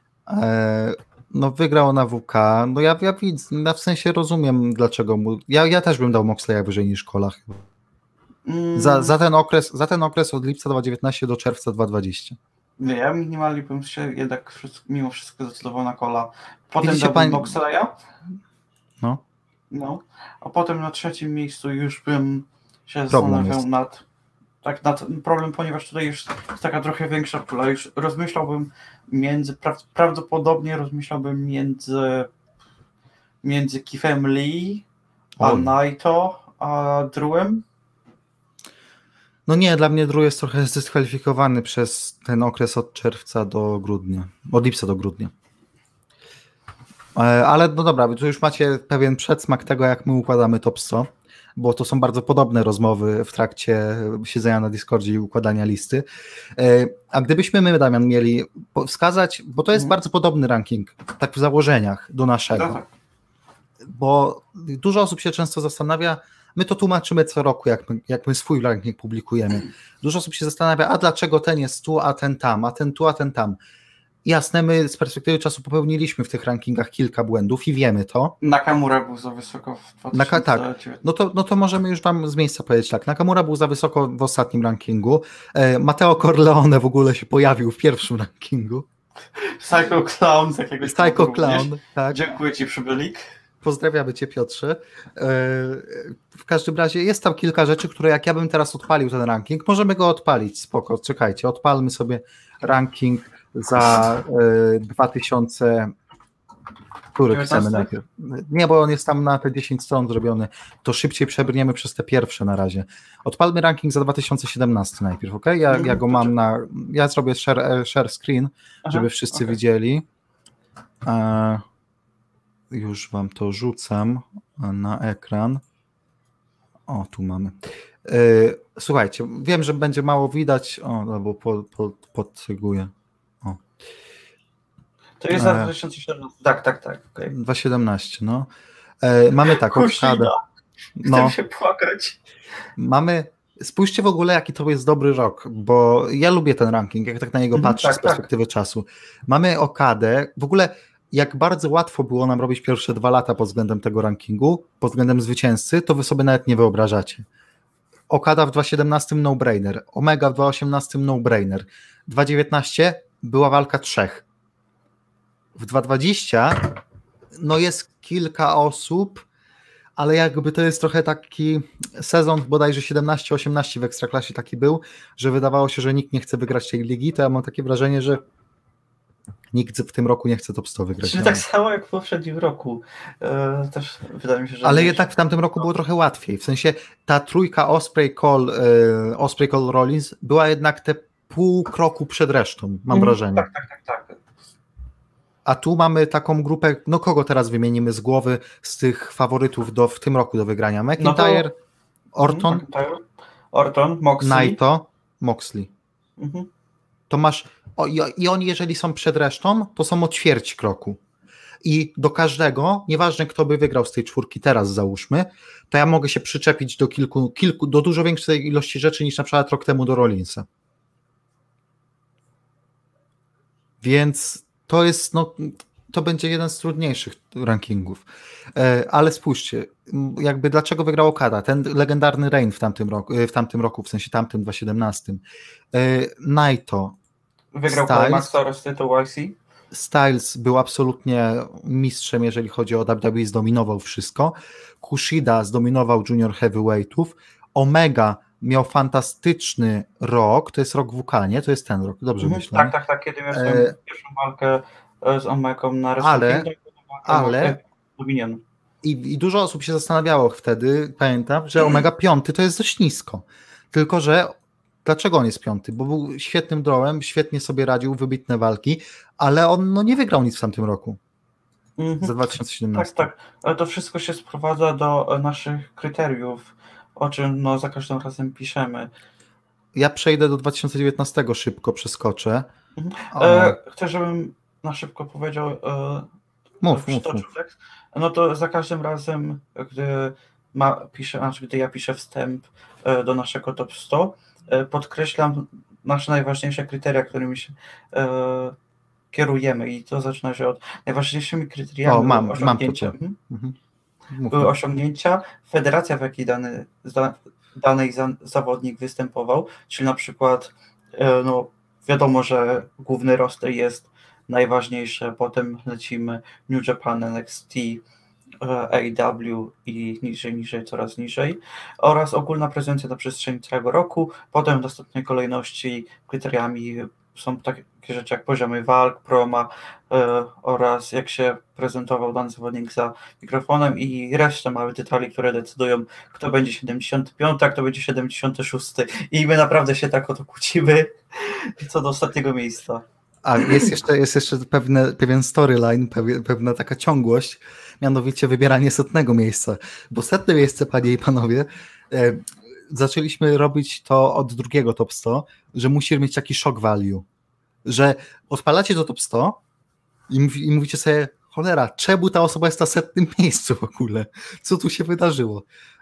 Wygrał na WK. Ja widzę, w sensie rozumiem dlaczego mu. Ja też bym dał Moxleya wyżej niż Cola chyba. Za ten okres od lipca 2019 do czerwca 2020. Nie, ja minimalnie bym się jednak mimo wszystko zdecydował na Cola. Potem dałbym Moxleya. No. A potem na trzecim miejscu już bym się zastanawiał nad problem, ponieważ tutaj już jest taka trochę większa pula. Już rozmyślałbym prawdopodobnie rozmyślałbym między Keithem Lee, a Naito, a Drewem. No nie, dla mnie Drew jest trochę zdyskwalifikowany przez ten okres od czerwca do grudnia, od lipca do grudnia. Ale dobra, tu już macie pewien przedsmak tego, jak my układamy top 100, bo to są bardzo podobne rozmowy w trakcie siedzenia na Discordzie i układania listy. A gdybyśmy my, Damian, mieli wskazać, bo to jest bardzo podobny ranking, tak w założeniach do naszego, bo dużo osób się często zastanawia, my to tłumaczymy co roku, jak my swój ranking publikujemy. Dużo osób się zastanawia, a dlaczego ten jest tu, a ten tam, a ten tu, a ten tam. Jasne, my z perspektywy czasu popełniliśmy w tych rankingach kilka błędów i wiemy to. Nakamura był za wysoko w 2019. Tak, no to możemy już wam z miejsca powiedzieć tak. Nakamura był za wysoko w ostatnim rankingu. Matteo Corleone w ogóle się pojawił w pierwszym rankingu. Psycho Clown z jakiegoś Psycho Clown, tak. Dziękuję ci, przybylik. Pozdrawiamy cię, Piotrze. W każdym razie jest tam kilka rzeczy, które jak ja bym teraz odpalił ten ranking, możemy go odpalić, spoko, czekajcie, odpalmy sobie ranking za 2000, który chcemy najpierw. Nie, bo on jest tam na te 10 stron zrobiony, to szybciej przebrniemy przez te pierwsze na razie. Odpalmy ranking za 2017 najpierw, ok? Ja go mam ja zrobię share screen, żeby wszyscy widzieli. Już wam to rzucam na ekran. O, tu mamy. Słuchajcie, wiem, że będzie mało widać, albo podcyguję. To jest za 2017. Tak. Okay. 2017, no. Mamy tak, Chcę się płakać. Mamy Spójrzcie w ogóle, jaki to jest dobry rok, bo ja lubię ten ranking, jak tak na niego patrzę tak, z perspektywy czasu. Mamy Okadę, w ogóle jak bardzo łatwo było nam robić pierwsze 2 lata pod względem tego rankingu, pod względem zwycięzcy, to wy sobie nawet nie wyobrażacie. Okada w 2017 no-brainer, Omega w 2018 no-brainer, 2019 była walka 3. W 2020 no jest kilka osób, ale jakby to jest trochę taki sezon bodajże 17-18 w Ekstraklasie taki był, że wydawało się, że nikt nie chce wygrać tej ligi, to ja mam takie wrażenie, że nikt w tym roku nie chce top 100 wygrać. Czyli tak samo jak w poprzednim roku. Też wydaje mi się, że... Ale jednak w tamtym roku było trochę łatwiej, w sensie ta trójka Osprey, Cole, Rollins była jednak te pół kroku przed resztą, mam wrażenie. Tak. A tu mamy taką grupę, no kogo teraz wymienimy z głowy z tych faworytów w tym roku do wygrania? McIntyre, Orton, Moxley. Naito, Moxley. Mhm. To masz, i oni jeżeli są przed resztą, to są o ćwierć kroku. I do każdego, nieważne kto by wygrał z tej czwórki teraz załóżmy, to ja mogę się przyczepić do kilku do dużo większej ilości rzeczy niż na przykład rok temu do Rollinsa. Więc to jest, no, to będzie jeden z trudniejszych rankingów. Ale spójrzcie, jakby dlaczego wygrał Okada? Ten legendarny reign w tamtym roku, w sensie tamtym 2017. Naito. Wygrał Climax oraz tytuł IC. Styles był absolutnie mistrzem, jeżeli chodzi o WWE, zdominował wszystko. Kushida zdominował junior heavyweightów. Omega miał fantastyczny rok, to jest rok WK, nie? To jest ten rok, dobrze myślę. Tak, kiedy miał swoją pierwszą walkę z Omegą na WrestleMania. Ale i dużo osób się zastanawiało wtedy, pamiętam, że Omega 5 to jest dość nisko. Tylko że dlaczego on jest 5? Bo był świetnym drawem, świetnie sobie radził, wybitne walki, ale on no, nie wygrał nic w tamtym roku. Za 2017. Tak, ale to wszystko się sprowadza do naszych kryteriów, o czym no, za każdym razem piszemy. Ja przejdę do 2019 szybko, przeskoczę. Chcę, żebym na szybko powiedział mów. tekst. No to za każdym razem, gdy ja piszę wstęp do naszego top 100, podkreślam nasze najważniejsze kryteria, którymi się kierujemy i to zaczyna się od najważniejszymi kryteriami były osiągnięcia, federacja, w jakiej dany zawodnik występował, czyli na przykład no, wiadomo, że główny roster jest najważniejszy, potem lecimy New Japan, NXT, AEW i niżej, coraz niżej, oraz ogólna prezencja na przestrzeni całego roku. Potem w następnej kolejności kryteriami są takie rzeczy jak poziomy walk, proma oraz jak się prezentował dany zawodnik za mikrofonem i resztę małych detali, które decydują, kto będzie 75, a kto będzie 76. I my naprawdę się tak o to kłócimy co do ostatniego miejsca. A jest jeszcze pewien storyline, pewna taka ciągłość, mianowicie wybieranie 100. miejsca. Bo 100. miejsce, panie i panowie, zaczęliśmy robić to od drugiego top 100, że musi mieć taki shock value, że odpalacie do top 100 i mówicie sobie, cholera, czemu ta osoba jest na 100. miejscu w ogóle? Co tu się wydarzyło?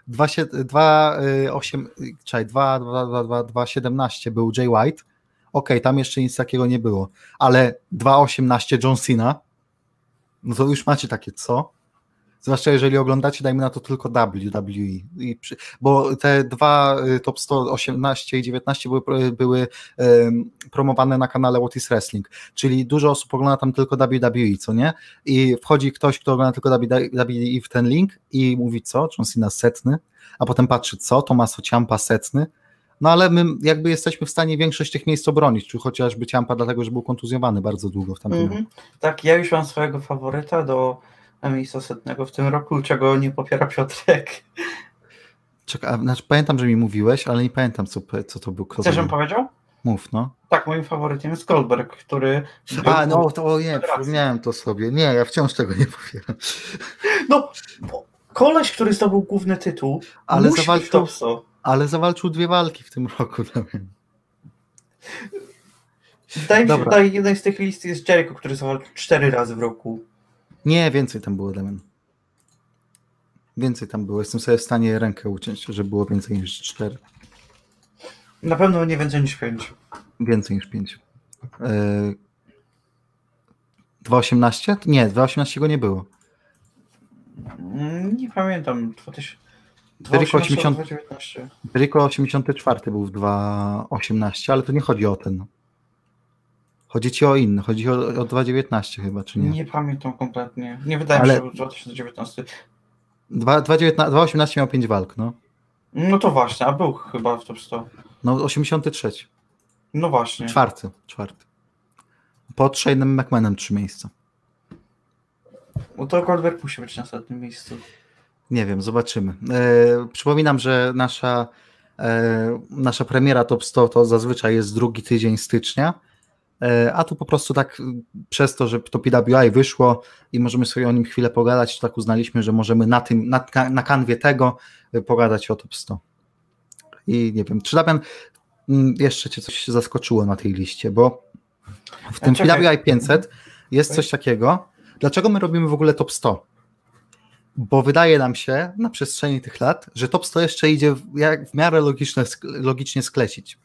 2.17 był Jay White, okej, tam jeszcze nic takiego nie było, ale 2.18 John Cena, no to już macie takie, co? Zwłaszcza jeżeli oglądacie, dajmy na to tylko WWE, bo te dwa top 100, 18 i 19 były promowane na kanale What is Wrestling, czyli dużo osób ogląda tam tylko WWE, co nie? I wchodzi ktoś, kto ogląda tylko WWE w ten link i mówi, co? John Cena 100, a potem patrzy, co? Tommaso Ciampa 100. No ale my jakby jesteśmy w stanie większość tych miejsc obronić, czy chociażby Ciampa dlatego, że był kontuzjowany bardzo długo w tamtym roku. Tak, ja już mam swojego faworyta do miejsca 100 w tym roku, czego nie popiera Piotrek. Czekaj, znaczy pamiętam, że mi mówiłeś, ale nie pamiętam, co to był. Chcesz, żebym powiedział? Mów, no. Tak, moim faworytem jest Goldberg, który... no to nie, przypomniałem to sobie. Nie, ja wciąż tego nie popieram. No, koleś, który zdobył główny tytuł, ale musi być top 100. Ale zawalczył 2 walki w tym roku. Wydaje mi się, że jeden z tych list jest Jericho, który zawalczył 4 razy w roku. Nie, więcej tam było, Damian. Więcej tam było. Jestem sobie w stanie rękę uciąć, że było więcej niż 4. Na pewno nie więcej niż 5. Więcej niż 5. 2.18? Nie, 2.18 go nie było. Nie pamiętam. 2000... Jericho 2018 80, 2019. Jericho 84 był w 2.18, ale to nie chodzi o ten. Chodzi ci o inny, chodzi o 2.19 chyba, czy nie? Nie pamiętam kompletnie. Nie wydaje mi się, Ale że był 2019. 2.18 miał 5 walk, no. No to właśnie, a był chyba w top 100. No 83. No właśnie. Czwarty. Pod Shane'em McMahonem 3 miejsca. No to Goldberg musi być na ostatnim miejscu. Nie wiem, zobaczymy. Przypominam, że nasza premiera Top 100 to zazwyczaj jest drugi tydzień stycznia, a tu po prostu tak przez to, że to PWI wyszło i możemy sobie o nim chwilę pogadać, to tak uznaliśmy, że możemy na kanwie tego pogadać o Top 100. I nie wiem, czy Damian jeszcze cię coś zaskoczyło na tej liście, bo w tym PWI 500 jest coś takiego. Dlaczego my robimy w ogóle Top 100? Bo wydaje nam się na przestrzeni tych lat, że Top 100 jeszcze idzie w miarę logicznie sklecić.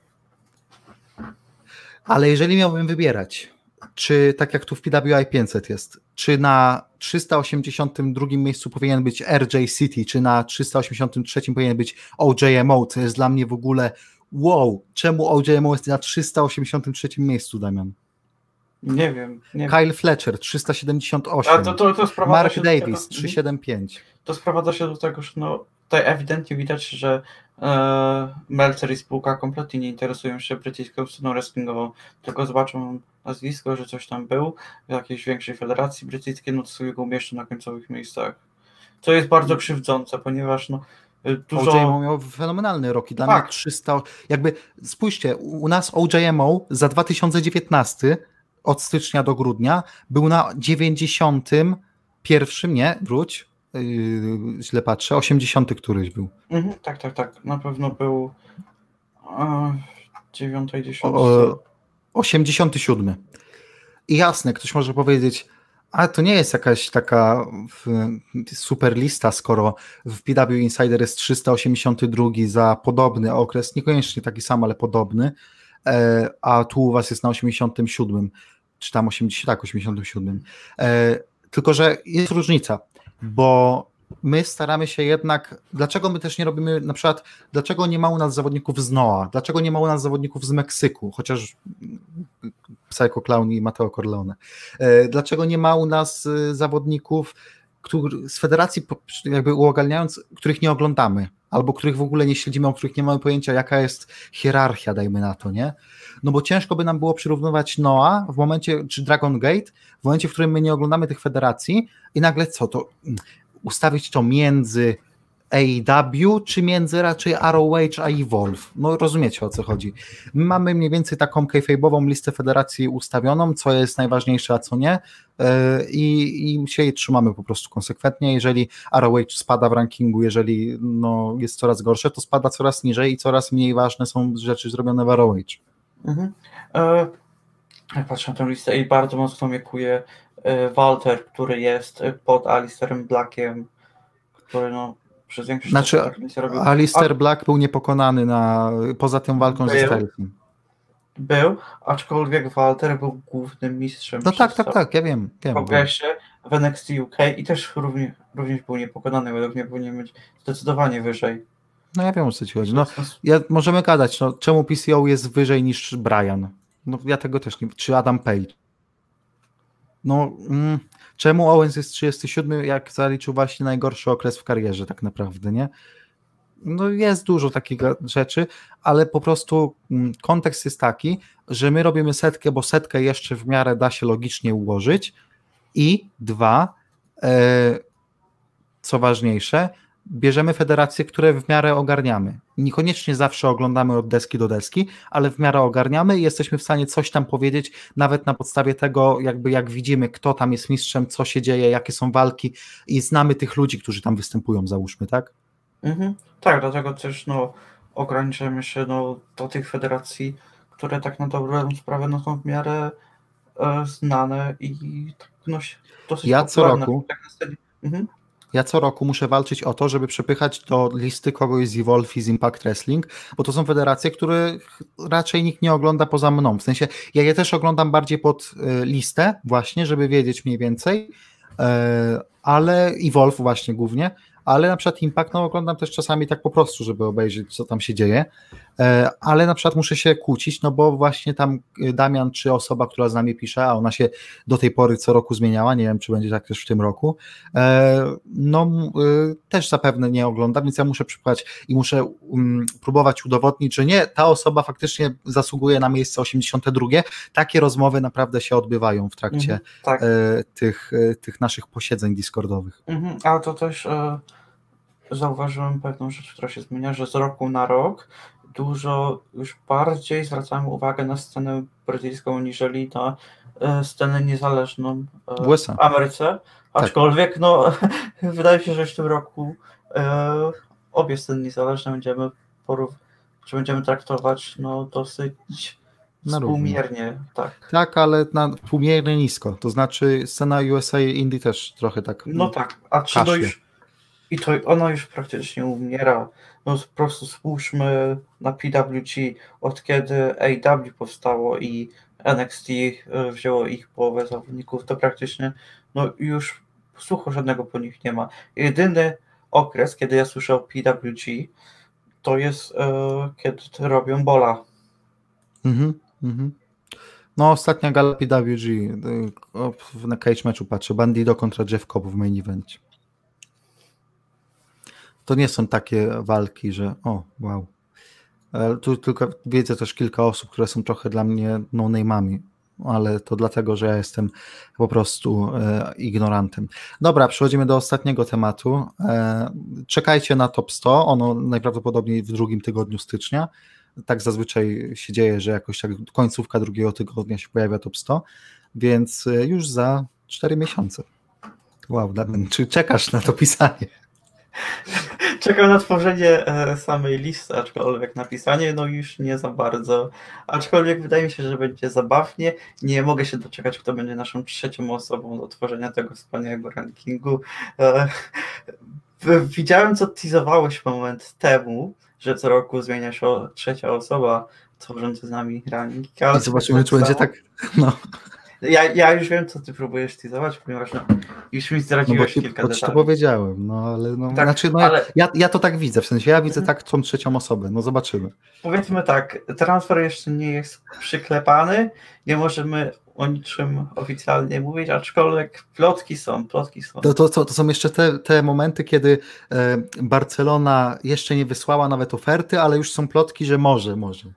Ale jeżeli miałbym wybierać, czy tak jak tu w PWI 500 jest, czy na 382 miejscu powinien być RJ City, czy na 383 powinien być OJMO, co jest dla mnie w ogóle wow, czemu OJMO jest na 383 miejscu, Damian? Nie wiem. Kyle Fletcher 378, A to Mark się Davis 375. To sprowadza się do tego, że no, tutaj ewidentnie widać, że Meltzer i spółka kompletnie nie interesują się brytyjską sceną wrestlingową, tylko zobaczą nazwisko, że coś tam był w jakiejś większej federacji brytyjskiej, no to sobie go umieszczą na końcowych miejscach. Co jest bardzo krzywdzące, ponieważ no, dużo... OJMO miał fenomenalny rok i dla mnie 300, jakby spójrzcie, u nas OJMO za 2019 od stycznia do grudnia był na 91, nie, wróć, źle patrzę, 80 któryś był. Tak, na pewno był 9 i 10. 87. I jasne, ktoś może powiedzieć, a to nie jest jakaś taka super lista, skoro w PW Insider jest 382 za podobny okres, niekoniecznie taki sam, ale podobny, a tu u was jest na 87, czy tam 87. Tylko że jest różnica, bo my staramy się jednak, dlaczego my też nie robimy, na przykład, dlaczego nie ma u nas zawodników z Noah, dlaczego nie ma u nas zawodników z Meksyku, chociaż Psycho Clown i Mateo Corleone, dlaczego nie ma u nas zawodników z federacji, jakby uogalniając, których nie oglądamy, albo których w ogóle nie śledzimy, o których nie mamy pojęcia, jaka jest hierarchia, dajmy na to, nie? No bo ciężko by nam było przyrównywać Noah w momencie, czy Dragon Gate, w momencie, w którym my nie oglądamy tych federacji i nagle co, to ustawić to między AEW, czy między raczej ROH a Evolve. No rozumiecie, o co chodzi. My mamy mniej więcej taką kayfabe'ową listę federacji ustawioną, co jest najważniejsze, a co nie, i się jej trzymamy po prostu konsekwentnie. Jeżeli ROH spada w rankingu, jeżeli no, jest coraz gorsze, to spada coraz niżej i coraz mniej ważne są rzeczy zrobione w ROH. Patrzę na tę listę i bardzo mocno mnie kuje Walter, który jest pod Alistairem Blackiem, który no przez większość czasu robił. Alistair Black był niepokonany poza tą walką ze Stylesem. Był, aczkolwiek Walter był głównym mistrzem. No tak, ja wiem. W progresie w NXT UK i też również był niepokonany, według mnie powinien być zdecydowanie wyżej. No ja wiem, o co ci chodzi. No, możemy gadać, no, czemu PCO jest wyżej niż Brian? No ja tego też nie... Czy Adam Page? No, czemu Owens jest 37, jak zaliczył właśnie najgorszy okres w karierze tak naprawdę, nie? No jest dużo takich rzeczy, ale po prostu kontekst jest taki, że my robimy setkę, bo setkę jeszcze w miarę da się logicznie ułożyć i dwa, co ważniejsze, bierzemy federacje, które w miarę ogarniamy. Niekoniecznie zawsze oglądamy od deski do deski, ale w miarę ogarniamy i jesteśmy w stanie coś tam powiedzieć, nawet na podstawie tego, jakby jak widzimy, kto tam jest mistrzem, co się dzieje, jakie są walki i znamy tych ludzi, którzy tam występują, załóżmy, tak? Tak, dlatego też ograniczamy się do tych federacji, które tak na dobrą sprawę są w miarę znane i dosyć ja popularne. Co roku, Ja co roku muszę walczyć o to, żeby przepychać do listy kogoś z Evolve i z Impact Wrestling, bo to są federacje, które raczej nikt nie ogląda poza mną. W sensie ja je też oglądam bardziej pod listę właśnie, żeby wiedzieć mniej więcej, ale Evolve właśnie głównie, ale na przykład Impact no, oglądam też czasami tak po prostu, żeby obejrzeć, co tam się dzieje, ale na przykład muszę się kłócić, no bo właśnie tam Damian, czy osoba, która z nami pisze, a ona się do tej pory co roku zmieniała, nie wiem, czy będzie tak też w tym roku, też zapewne nie oglądam, więc ja muszę przypać i muszę próbować udowodnić, że nie, ta osoba faktycznie zasługuje na miejsce 82. Takie rozmowy naprawdę się odbywają w trakcie tak. tych naszych posiedzeń discordowych. A to też zauważyłem pewną rzecz, która się zmienia, że z roku na rok dużo już bardziej zwracamy uwagę na scenę brazylijską, niżeli na scenę niezależną USA. w Ameryce. Aczkolwiek no, wydaje się, że w tym roku obie sceny niezależne będziemy traktować no, dosyć współmiernie. Tak, ale współmiernie nisko. To znaczy scena USA i Indie też trochę tak. No tak, a czy to już i to ona już praktycznie umiera. No po prostu spójrzmy na PWG, od kiedy AEW powstało i NXT wzięło ich połowę zawodników, to praktycznie no już słuchu żadnego po nich nie ma. Jedyny okres, kiedy ja słyszę o PWG, to jest kiedy robią Bola. No ostatnia gala PWG, na cage matchu patrzę, Bandido kontra Jeff Cobb w main evencie. To nie są takie walki, że wow. Tu tylko widzę też kilka osób, które są trochę dla mnie no-name'ami, ale to dlatego, że ja jestem po prostu ignorantem. Dobra, przechodzimy do ostatniego tematu. Czekajcie na Top 100, ono najprawdopodobniej w drugim tygodniu stycznia. Tak zazwyczaj się dzieje, że jakoś tak końcówka drugiego tygodnia się pojawia Top 100, więc już za 4 miesiące. Wow, Damian, czy czekasz na to pisanie? Czekam na tworzenie samej listy, aczkolwiek napisanie no już nie za bardzo. Aczkolwiek wydaje mi się, że będzie zabawnie. Nie mogę się doczekać, kto będzie naszą trzecią osobą do tworzenia tego wspaniałego rankingu. Widziałem, co teasowałeś moment temu, że co roku zmienia się trzecia osoba tworząca z nami ranking. I zobaczymy, czy będzie tak. No. Ja już wiem, co ty próbujesz teasować, ponieważ już mi zdradziłeś kilka detali. To powiedziałem, no ale tak, znaczy, ale... ja to tak widzę, w sensie ja widzę tak tą trzecią osobę, no zobaczymy. Powiedzmy tak, transfer jeszcze nie jest przyklepany, nie możemy o niczym oficjalnie mówić, aczkolwiek plotki są. To są jeszcze te momenty, kiedy Barcelona jeszcze nie wysłała nawet oferty, ale już są plotki, że może.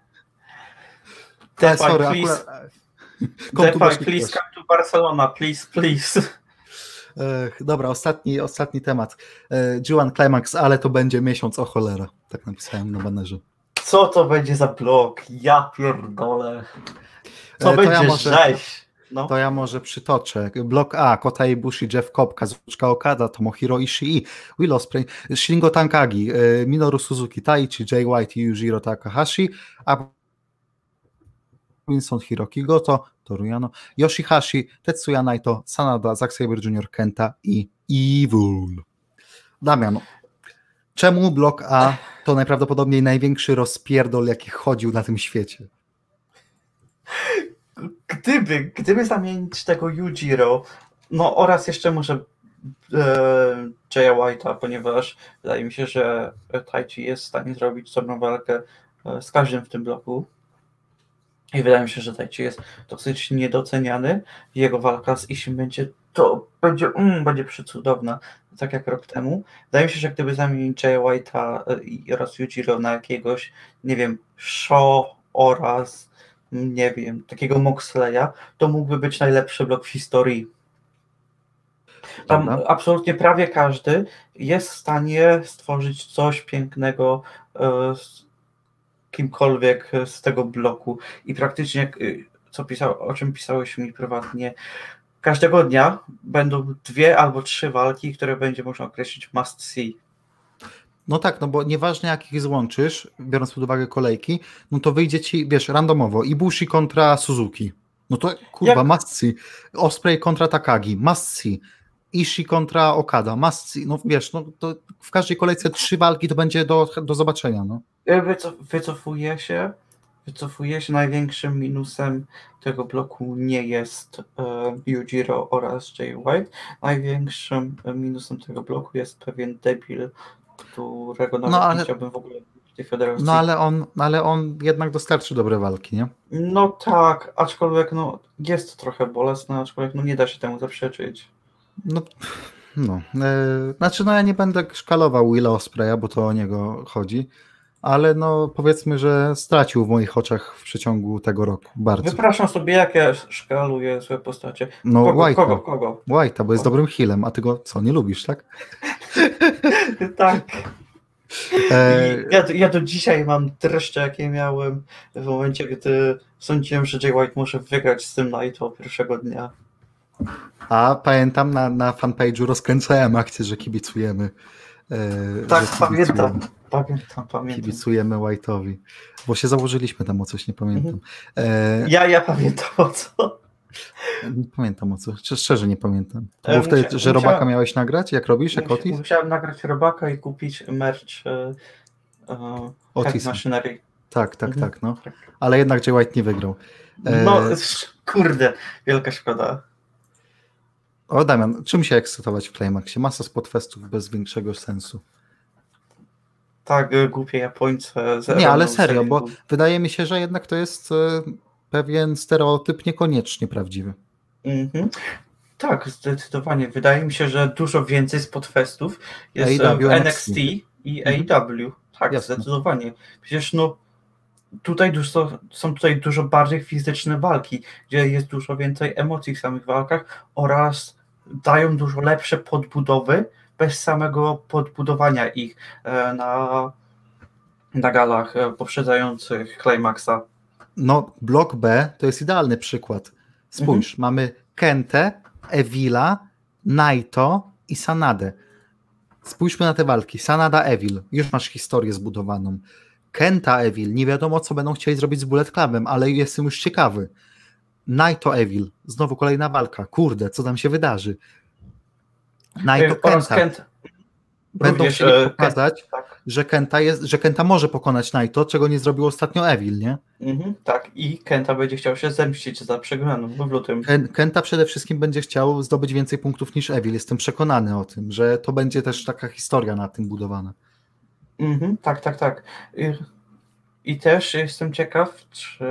Depay, please come to Barcelona, please. Dobra, ostatni temat. G1 Climax, ale to będzie miesiąc, o cholera. Tak napisałem na banerze. Co to będzie za blok? Ja pierdolę. To będzie rzeź. No. To ja może przytoczę. Blok A, Kota Ibushi, Jeff Cobb, Kazuchika Okada, Tomohiro Ishii, Will Ospreay, Shingo Takagi, Minoru Suzuki, Taichi, Jay White i Yujiro Takahashi, a Winston Hiroki Goto, Toru Yano, Yoshihashi, Tetsuya Naito, Sanada, Zack Sabre Jr., Kenta i Evil. Damian, czemu blok A to najprawdopodobniej największy rozpierdol, jaki chodził na tym świecie? Gdyby zamienić tego Yujiro, no oraz jeszcze może Jaya White'a, ponieważ wydaje mi się, że Taichi jest w stanie zrobić dobrą walkę z każdym w tym bloku. I wydaje mi się, że Taichi jest dosyć niedoceniany. Jego walka z Ishim będzie przecudowna, tak jak rok temu. Wydaje mi się, że gdyby zamienić Jaya White'a oraz Yujiro na jakiegoś, nie wiem, Shaw oraz nie wiem, takiego Moxleya, to mógłby być najlepszy blok w historii. Tam absolutnie prawie każdy jest w stanie stworzyć coś pięknego kimkolwiek z tego bloku i praktycznie o czym pisałeś mi prywatnie, każdego dnia będą 2 albo 3 walki, które będzie można określić must see. No tak, no bo nieważne jak ich złączysz, biorąc pod uwagę kolejki, no to wyjdzie ci, wiesz, randomowo, Ibushi kontra Suzuki. No to kurwa, must see. Ospreay kontra Takagi, must see. Ishii kontra Okada. No wiesz, no to w każdej kolejce 3 walki to będzie do zobaczenia. No. Wycofuje się. Największym minusem tego bloku nie jest Yujiro oraz Jay White. Największym minusem tego bloku jest pewien debil, którego nawet nie chciałbym w ogóle w tej federacji. Ale on jednak dostarczy dobre walki, nie? No tak, aczkolwiek jest to trochę bolesne, aczkolwiek nie da się temu zaprzeczyć. Znaczy ja nie będę szkalował Willa Ospreaya, bo to o niego chodzi, ale powiedzmy, że stracił w moich oczach w przeciągu tego roku bardzo. Wypraszam sobie, jak ja szkaluję złe postacie. Kogo? White'a, bo jest dobrym healem, a ty go co, nie lubisz, tak? Tak. Ja do dzisiaj mam dreszcze, jakie miałem w momencie, gdy sądziłem, że Jay White może wygrać z tym Naito pierwszego dnia. A pamiętam, na fanpage'u rozkręcałem akcję, że kibicujemy. Tak, pamiętam. Kibicujemy White'owi, bo się założyliśmy tam o coś, nie pamiętam. Ja pamiętam o co. Nie pamiętam o co, szczerze nie pamiętam. To było wtedy, że Robaka miałeś nagrać? Jak robisz, jak Otis? Musiałem nagrać Robaka i kupić merch Otis Machinery. Tak. Ale jednak Jay White nie wygrał. Kurde, wielka szkoda. O Damian, czym się ekscytować w Climaxie? Masa spotfestów bez większego sensu. Tak, głupie Japońce. Nie, ale serio, bo wydaje mi się, że jednak to jest pewien stereotyp niekoniecznie prawdziwy. Tak, zdecydowanie. Wydaje mi się, że dużo więcej spotfestów jest w NXT i AEW. Tak, jasne. Zdecydowanie. Przecież są tutaj dużo bardziej fizyczne walki, gdzie jest dużo więcej emocji w samych walkach oraz dają dużo lepsze podbudowy bez samego podbudowania ich na galach poprzedzających Climaxa. Blok B to jest idealny przykład. Spójrz, mamy Kentę, Evila, Naito i Sanadę. Spójrzmy na te walki. Sanada, Evil. Już masz historię zbudowaną. Kenta, Evil. Nie wiadomo, co będą chcieli zrobić z Bullet Clubem, ale jestem już ciekawy. Naito, Evil. Znowu kolejna walka. Kurde, co tam się wydarzy? Naito, Kenta. Będą chcieli pokazać, że Kenta może pokonać Naito, czego nie zrobił ostatnio Evil, nie? Tak, i Kenta będzie chciał się zemścić za przegraną w lutym. Kenta przede wszystkim będzie chciał zdobyć więcej punktów niż Evil. Jestem przekonany o tym, że to będzie też taka historia na tym budowana. Tak. I też jestem ciekaw,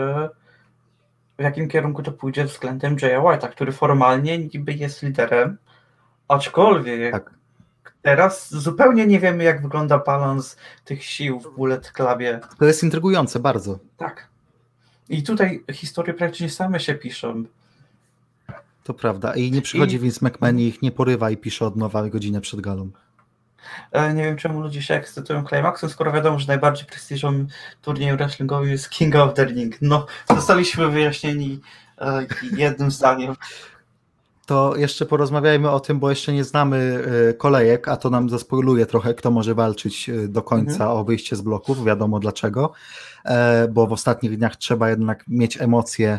w jakim kierunku to pójdzie względem Jaya White'a, który formalnie niby jest liderem, aczkolwiek teraz zupełnie nie wiemy, jak wygląda balans tych sił w Bullet Clubie. To jest intrygujące bardzo. Tak. I tutaj historie praktycznie same się piszą. To prawda. I nie przychodzi Vince McMahon i ich nie porywa i pisze od nowa godzinę przed galą. Nie wiem, czemu ludzie się ekscytują Climaxem, skoro wiadomo, że najbardziej prestiżowym turniejem wrestlingowym jest King of the Ring. Zostaliśmy wyjaśnieni jednym zdaniem. To jeszcze porozmawiajmy o tym, bo jeszcze nie znamy kolejek, a to nam zaspoiluje trochę, kto może walczyć do końca o wyjście z bloków, wiadomo dlaczego, bo w ostatnich dniach trzeba jednak mieć emocje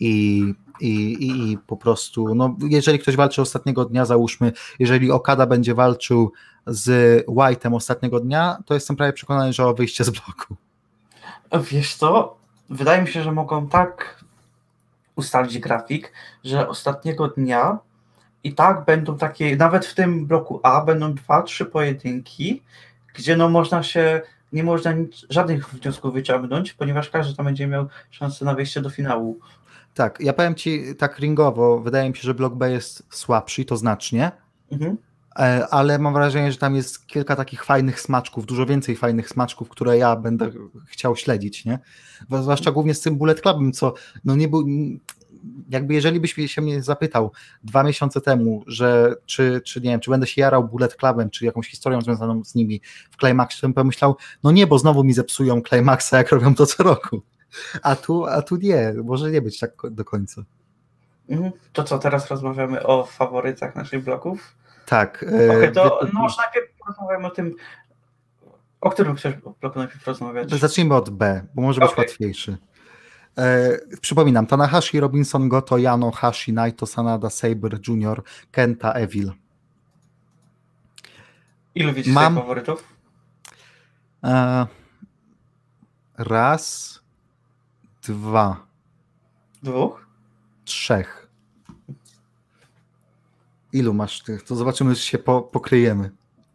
i po prostu, jeżeli ktoś walczy ostatniego dnia, załóżmy, jeżeli Okada będzie walczył z White'em ostatniego dnia, to jestem prawie przekonany, że o wyjście z bloku. Wiesz co, wydaje mi się, że mogą tak ustalić grafik, że ostatniego dnia i tak będą takie, nawet w tym bloku A będą 2-3 pojedynki, gdzie nie można żadnych wniosków wyciągnąć, ponieważ każdy tam będzie miał szansę na wejście do finału. Tak, ja powiem Ci tak ringowo, wydaje mi się, że blok B jest słabszy, to znacznie, ale mam wrażenie, że tam jest kilka takich fajnych smaczków, dużo więcej fajnych smaczków, które ja będę chciał śledzić, nie? Zwłaszcza głównie z tym Bullet Clubem, co nie był, jakby jeżeli byś się mnie zapytał 2 miesiące temu, że czy nie wiem, czy będę się jarał Bullet Clubem, czy jakąś historią związaną z nimi w Climaxie, to bym pomyślał, nie, bo znowu mi zepsują Climaxa, jak robią to co roku. A tu nie, może nie być tak do końca. To co, teraz rozmawiamy o faworytach naszych bloków? Tak. Okej, to może najpierw porozmawiamy o tym, o którym chcesz bloku najpierw rozmawiać. Zacznijmy od B, bo może być łatwiejszy. Przypominam, Tanahashi, Robinson, Goto, Yano, Hashi, Naito, Sanada, Sabre, Junior, Kenta, Evil. Ilu widzisz Mam swoich faworytów? e, raz, dwa, 2? trzech. Ilu masz tych? To zobaczymy, czy się pokryjemy.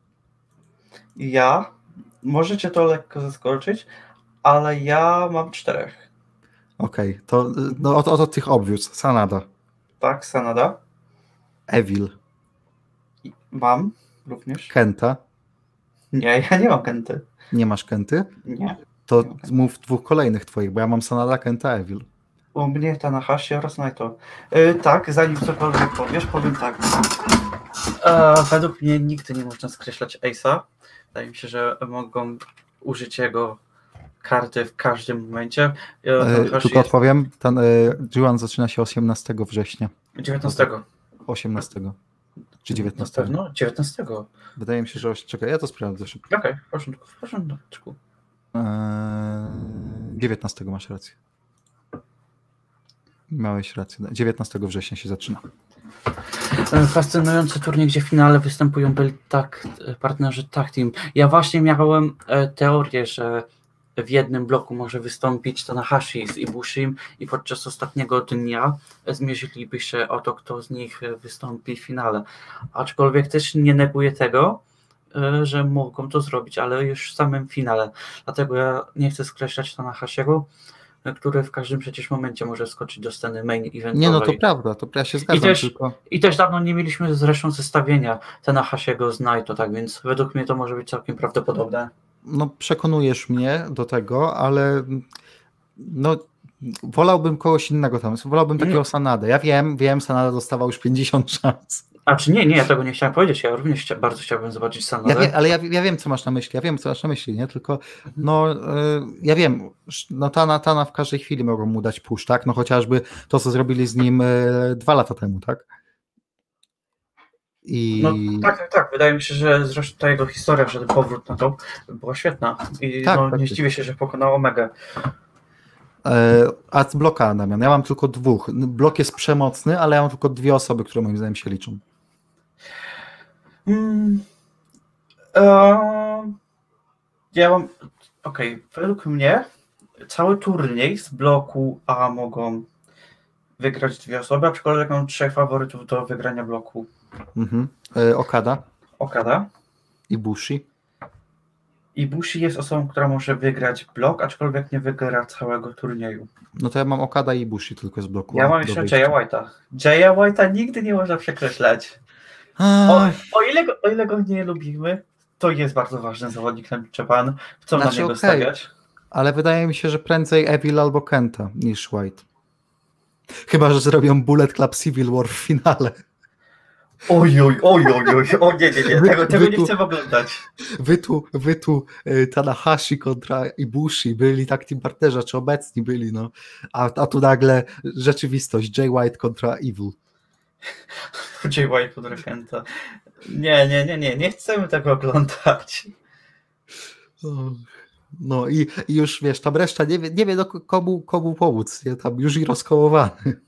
Ja, możecie to lekko zaskoczyć, ale ja mam 4. Okej, to no, oto tych obwiózł. Sanada, Tak, Sanada. Evil, Mam również. Kenta. Nie, ja nie mam Kenty. Nie masz Kenty? Nie. To Nie mogę. mów dwóch kolejnych twoich, bo ja mam Sanada, Kenta, Evil. U mnie Tanahashi oraz Naito. Tak, zanim cokolwiek powiesz, powiem tak. Według mnie nigdy nie można skreślać Ace'a. Wydaje mi się, że mogą użyć jego karty w każdym momencie. Tylko odpowiem, ten G1 zaczyna się 18 września. 19. 18 czy 19? Na pewno? 19. Wydaje mi się, że... Czekaj, ja to sprawdzę szybko. Okej, w porządku. 19 masz rację. Miałeś rację. 19 września się zaczyna. Fascynujący turniej, gdzie w finale występują byli partnerzy tag team. Ja właśnie miałem teorię, że w jednym bloku może wystąpić Tanahashi z Ibushim i podczas ostatniego dnia zmierzyliby się o to, kto z nich wystąpi w finale. Aczkolwiek też nie neguję tego, że mogą to zrobić, ale już w samym finale. Dlatego ja nie chcę skreślać Tanahashiego, który w każdym przecież momencie może skoczyć do sceny main eventowej. Nie, no to prawda, to ja się zgadzam. I też dawno nie mieliśmy zresztą zestawienia Tanahashiego z Naito, tak więc według mnie to może być całkiem prawdopodobne. No przekonujesz mnie do tego, ale no wolałbym kogoś innego tam. Wolałbym takiego Sanadę. Ja wiem, Sanada dostawał już 50 szans. A czy nie, ja tego nie chciałem powiedzieć. Ja również bardzo chciałbym zobaczyć Sanadę. Ale ja wiem, co masz na myśli. Ja wiem, co masz na myśli, nie? Tylko no ja wiem, no Tana w każdej chwili mogą mu dać push, tak? No chociażby to, co zrobili z nim 2 lata temu, tak? No tak. Wydaje mi się, że zresztą ta jego historia, że ten powrót na to była świetna. I tak, nie zdziwię się, że pokonał Omegę. A z bloka, Damian, ja mam tylko 2. Blok jest przemocny, ale ja mam tylko 2 osoby, które moim zdaniem się liczą. Ja mam... według mnie cały turniej z bloku A mogą wygrać 2 osoby, aczkolwiek mam 3 faworytów do wygrania bloku. Okada. Ibushi jest osobą, która może wygrać blok, aczkolwiek nie wygra całego turnieju. No to ja mam Okada i Ibushi tylko z bloku. Ja mam jeszcze Jaya White'a. Jaya White'a nigdy nie można przekreślać. O ile go nie lubimy, to jest bardzo ważny zawodnik na Japan. Chcą na niego stawiać. Ale wydaje mi się, że prędzej Evil albo Kenta niż White. Chyba, że zrobią Bullet Club Civil War w finale. Oj, o nie, tego nie chcę oglądać. Wy tu Tanahashi kontra Ibushi byli tak team partnerzy, czy obecni byli, no. A tu nagle rzeczywistość, Jay White kontra Evil. Jay White kontra Kenta. Nie chcemy tego oglądać. No i już wiesz, tam reszta nie wie komu pomóc, nie? Tam już i rozkołowany.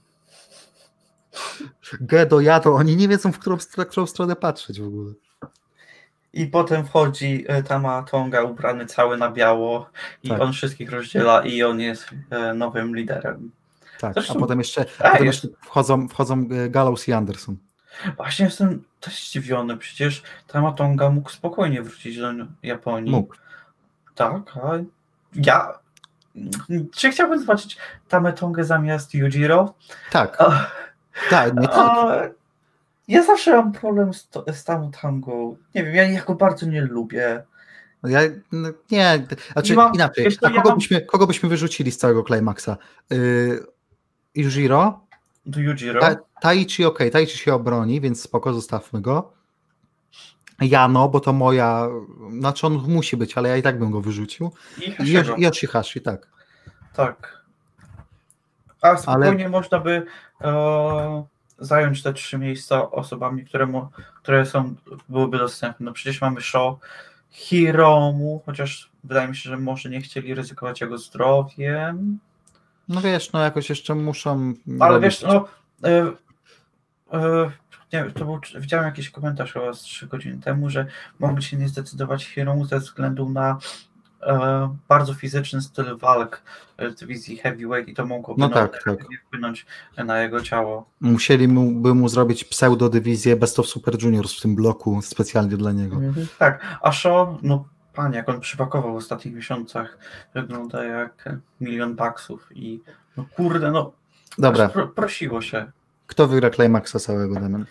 Gedo, Jado, oni nie wiedzą, w którą stronę patrzeć w ogóle. I potem wchodzi Tama Tonga ubrany cały na biało i on wszystkich rozdziela i on jest nowym liderem. Tak, zresztą, a potem jeszcze wchodzą Gallows i Anderson. Właśnie jestem też zdziwiony, przecież Tama Tonga mógł spokojnie wrócić do Japonii. Mógł. Tak, a ja... Czy chciałbym zobaczyć Tamę Tongę zamiast Yujiro? Tak. Tak, nie tak. Ja zawsze mam problem z Tamą Tongą. Nie wiem, ja go bardzo nie lubię. Nie, znaczy inaczej. Kogo byśmy wyrzucili z całego Climaxa? Yujiro? Do Yujiro? Taichi, Taichi się obroni, więc spoko, zostawmy go. Jano, bo to moja... Znaczy on musi być, ale ja i tak bym go wyrzucił. I Yoshihashi, tak. Tak. A spokojnie można by zająć te 3 miejsca osobami, które byłyby dostępne. No przecież mamy Sho, Hiromu, chociaż wydaje mi się, że może nie chcieli ryzykować jego zdrowiem. No wiesz, no jakoś jeszcze muszą... Ale wiesz, nie wiem, widziałem jakiś komentarz chyba z 3 godziny temu, że mogli się nie zdecydować Hiromu ze względu na bardzo fizyczny styl walk w dywizji heavyweight i to mogłoby negatywnie wpłynąć na jego ciało. Musieliby mu zrobić pseudo-dywizję Best of Super Juniors w tym bloku specjalnie dla niego. Tak, a Shaw, no panie, jak on przypakował w ostatnich miesiącach, wygląda jak $1 milion i no kurde, no dobra. Prosiło się. Kto wygra Climaxa całego, Damian?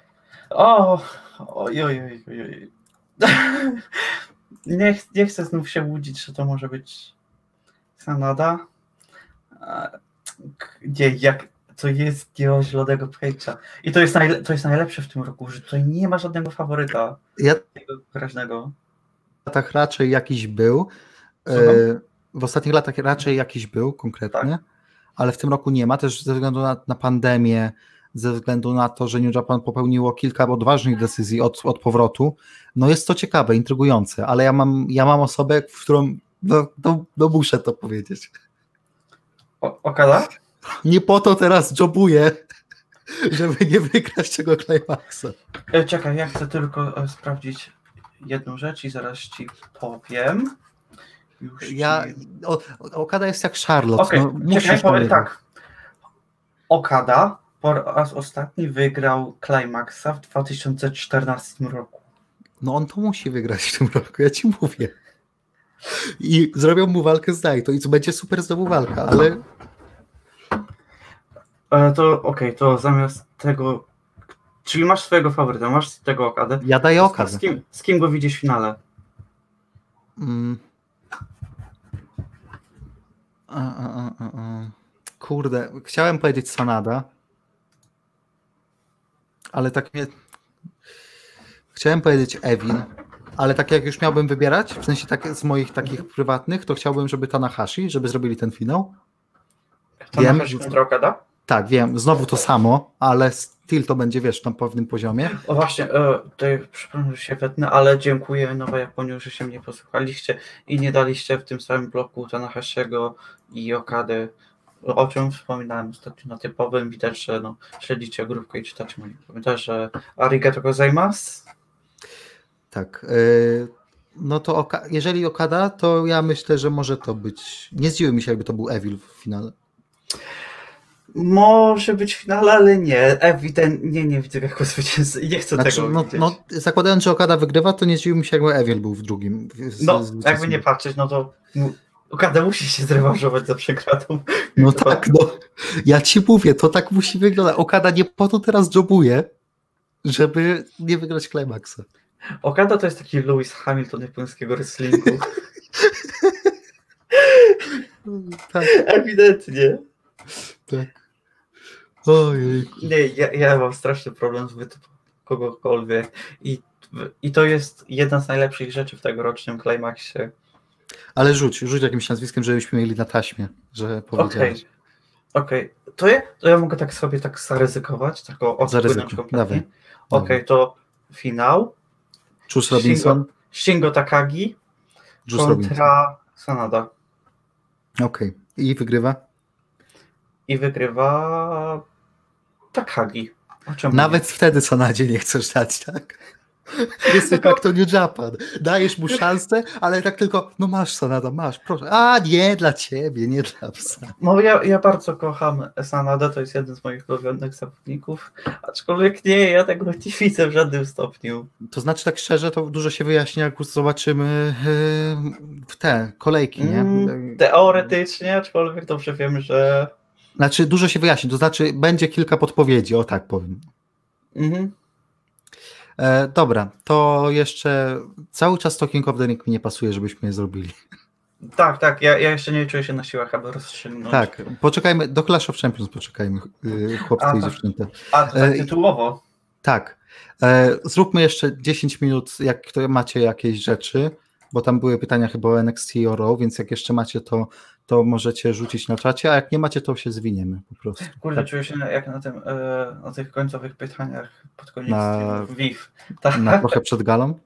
Ojej. Nie chcę znów się łudzić, że to może być Sanada. To jest nieoźlonego Page'a. I to jest najlepsze w tym roku, że tutaj nie ma żadnego faworyta tego groźnego. W latach raczej jakiś był. W ostatnich latach raczej jakiś był konkretnie, tak. Ale w tym roku nie ma, też ze względu na pandemię, ze względu na to, że New Japan popełniło kilka odważnych decyzji od powrotu. No jest to ciekawe, intrygujące, ale ja mam osobę, w którą muszę to powiedzieć. Okada? Nie po to teraz jobuję, żeby nie wygrać tego Climaxa. Czekaj, ja chcę tylko sprawdzić jedną rzecz i zaraz ci powiem. Okada jest jak Charlotte. Okay. Czekaj, powiem tak. Okada po raz ostatni wygrał Climaxa w 2014 roku. No on to musi wygrać w tym roku, ja ci mówię. I zrobią mu walkę z Naito i to będzie super znowu walka, ale... To zamiast tego... Czyli masz swojego faworyta, masz tego Okadę. Ja daję Okadę. Z kim go widzisz w finale? Kurde, chciałem powiedzieć Sanada, ale tak mnie... Chciałem powiedzieć Evil, ale tak jak już miałbym wybierać, w sensie tak z moich takich prywatnych, to chciałbym, żeby Tanahashi, żeby zrobili ten finał. Tanahashi kontra Okada? Tak, wiem, znowu to samo, ale styl to będzie, wiesz, na pewnym poziomie. O właśnie, tutaj przepraszam, że się wetnę, ale dziękuję Nowa Japonii, że się mnie posłuchaliście i nie daliście w tym samym bloku Tanahashiego i Okady, o czym wspominałem ostatnio na typowym. Widać, że śledzicie grupkę i czytacie moje komentarze. Arigato gozaimasu. Tak. No to jeżeli Okada, to ja myślę, że może to być... Nie zdziwił mi się, jakby to był Evil w finale. Może być w finale, ale nie. Ewidentnie nie widzę jako zwycięzcy i nie chcę tego widzieć. Zakładając, że Okada wygrywa, to nie zdziwił mi się, jakby Evil był w drugim. Jakby nie patrzeć, to Okada musi się zrewanżować za przegraną. No tak, ja ci mówię, to tak musi wyglądać. Okada nie po to teraz jobuje, żeby nie wygrać Climaxa. Okada to jest taki Lewis Hamilton japońskiego wrestlingu. Tak. Ewidentnie. Tak. Ojej. Nie, ja mam straszny problem z wytypem kogokolwiek i to jest jedna z najlepszych rzeczy w tegorocznym Climaxie. Ale rzuć jakimś nazwiskiem, żebyśmy mieli na taśmie, że powiedziałeś. Okej. To ja mogę tak sobie zaryzykować, tak odpłynąć kompletnie. Okej, to finał. Juice Robinson. Shingo Takagi kontra Sanada. Okej. I wygrywa? I wygrywa Takagi. Nawet wtedy Sanadzie nie chcesz dać, tak? Jesteś jak to New Japan. Dajesz mu szansę, ale tak tylko, masz Sanada, masz, proszę. A nie dla ciebie, nie dla psa. No ja bardzo kocham Sanada, to jest jeden z moich ulubionych zawodników, aczkolwiek ja tego nie widzę w żadnym stopniu. To znaczy tak szczerze, to dużo się wyjaśni, jak zobaczymy w te kolejki, nie? Teoretycznie, aczkolwiek dobrze wiem, że... Znaczy dużo się wyjaśni, to znaczy będzie kilka podpowiedzi, o tak powiem. Dobra, to jeszcze cały czas Talking of the Ring mi nie pasuje, żebyśmy je zrobili. Tak, ja jeszcze nie czuję się na siłach, aby rozstrzygnąć. Tak, poczekajmy, do Clash of Champions poczekajmy, chłopcy i dziewczęta. A, to tak tytułowo. Tak, zróbmy jeszcze 10 minut, jak macie jakieś rzeczy, bo tam były pytania chyba o NXT i o Raw, więc jak jeszcze macie to możecie rzucić na czacie, a jak nie macie, to się zwiniemy po prostu. Kurde, czuję się jak na tych końcowych pytaniach pod koniec WIF. Na trochę przed galą?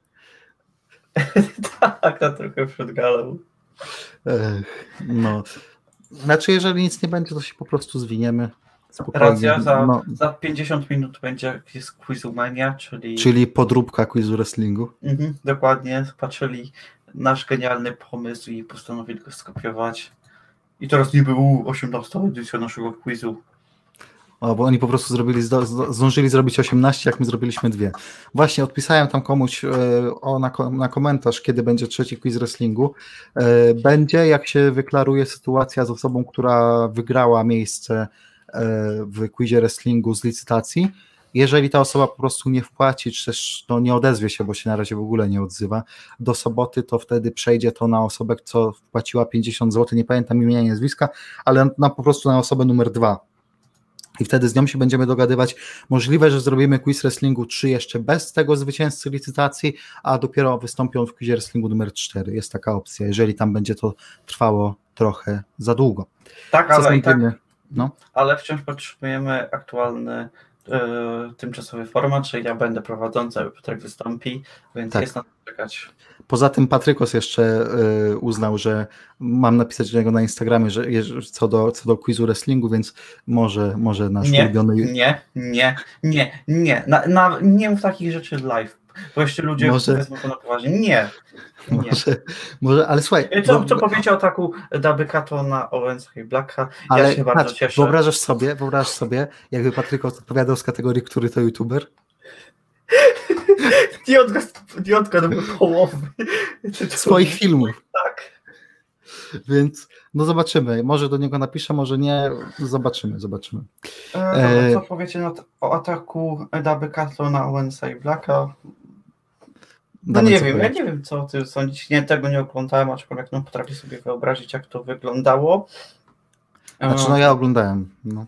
Tak, na trochę przed galą. Znaczy, jeżeli nic nie będzie, to się po prostu zwiniemy. Racja, No, za 50 minut będzie Quizumania, czyli podróbka quizu wrestlingu. Dokładnie, zobaczyli nasz genialny pomysł i postanowili go skopiować. I teraz niby 18 edycja naszego quizu. O, bo oni po prostu zdążyli zrobić 18, jak my zrobiliśmy 2. Właśnie odpisałem tam komuś na komentarz, kiedy będzie trzeci quiz wrestlingu. Będzie, jak się wyklaruje sytuacja z osobą, która wygrała miejsce w quizie wrestlingu z licytacji. Jeżeli ta osoba po prostu nie wpłaci, czy też nie odezwie się, bo się na razie w ogóle nie odzywa, do soboty, to wtedy przejdzie to na osobę, co wpłaciła 50 zł, nie pamiętam imienia i nazwiska, ale po prostu na osobę numer 2. I wtedy z nią się będziemy dogadywać. Możliwe, że zrobimy quiz wrestlingu 3 jeszcze bez tego zwycięzcy licytacji, a dopiero wystąpią w quizie wrestlingu numer 4. Jest taka opcja, jeżeli tam będzie to trwało trochę za długo. Tak, ale wciąż potrzebujemy aktualny tymczasowy format, że ja będę prowadzący, a Piotrek wystąpi, więc jest na to czekać. Poza tym Patrykos jeszcze uznał, że mam napisać do niego na Instagramie, że co do quizu wrestlingu, więc może nasz ulubiony... Nie mów takich rzeczy live, bo jeszcze ludzie wezmą to na poważnie. Nie. Może, ale słuchaj... Co powiecie o ataku Dabekato na Owensa i Blacka? Ja się bardzo cieszę. Wyobrażasz sobie, jakby Patrykos odpowiadał z kategorii, który to youtuber? Nie odgadł połowy swoich filmów. Tak. Więc zobaczymy. Może do niego napiszę, może nie. Zobaczymy. Co powiecie o ataku Dabekato na Owensa i Blacka? Ja nie wiem, co ty sądzisz. Tego nie oglądałem, aczkolwiek potrafię sobie wyobrazić, jak to wyglądało. Ja oglądałem.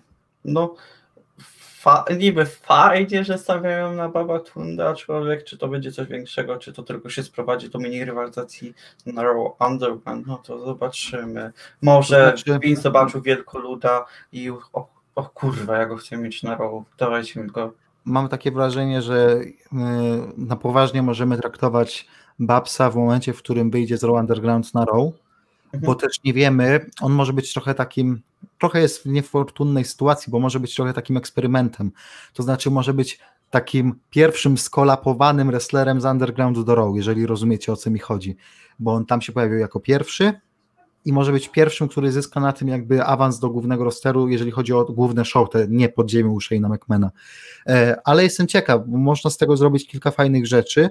Niby fajnie, że stawiają na Babatunde, aczkolwiek czy to będzie coś większego, czy to tylko się sprowadzi do mini rywalizacji na Raw Underground, to zobaczymy. Może Vince zobaczył wielkoluda i o kurwa, ja go chcę mieć na Raw, dawajcie mi go. Mam takie wrażenie, że na poważnie możemy traktować Babsa w momencie, w którym wyjdzie z Raw Underground na Raw, bo też nie wiemy, on może być trochę jest w niefortunnej sytuacji, bo może być trochę takim eksperymentem, to znaczy może być takim pierwszym skolapowanym wrestlerem z Undergroundu do Raw, jeżeli rozumiecie, o co mi chodzi, bo on tam się pojawił jako pierwszy i może być pierwszym, który zyska na tym jakby awans do głównego rosteru, jeżeli chodzi o główne show, te nie pod ziemią u Shane'a McMahona. Ale jestem ciekaw, bo można z tego zrobić kilka fajnych rzeczy.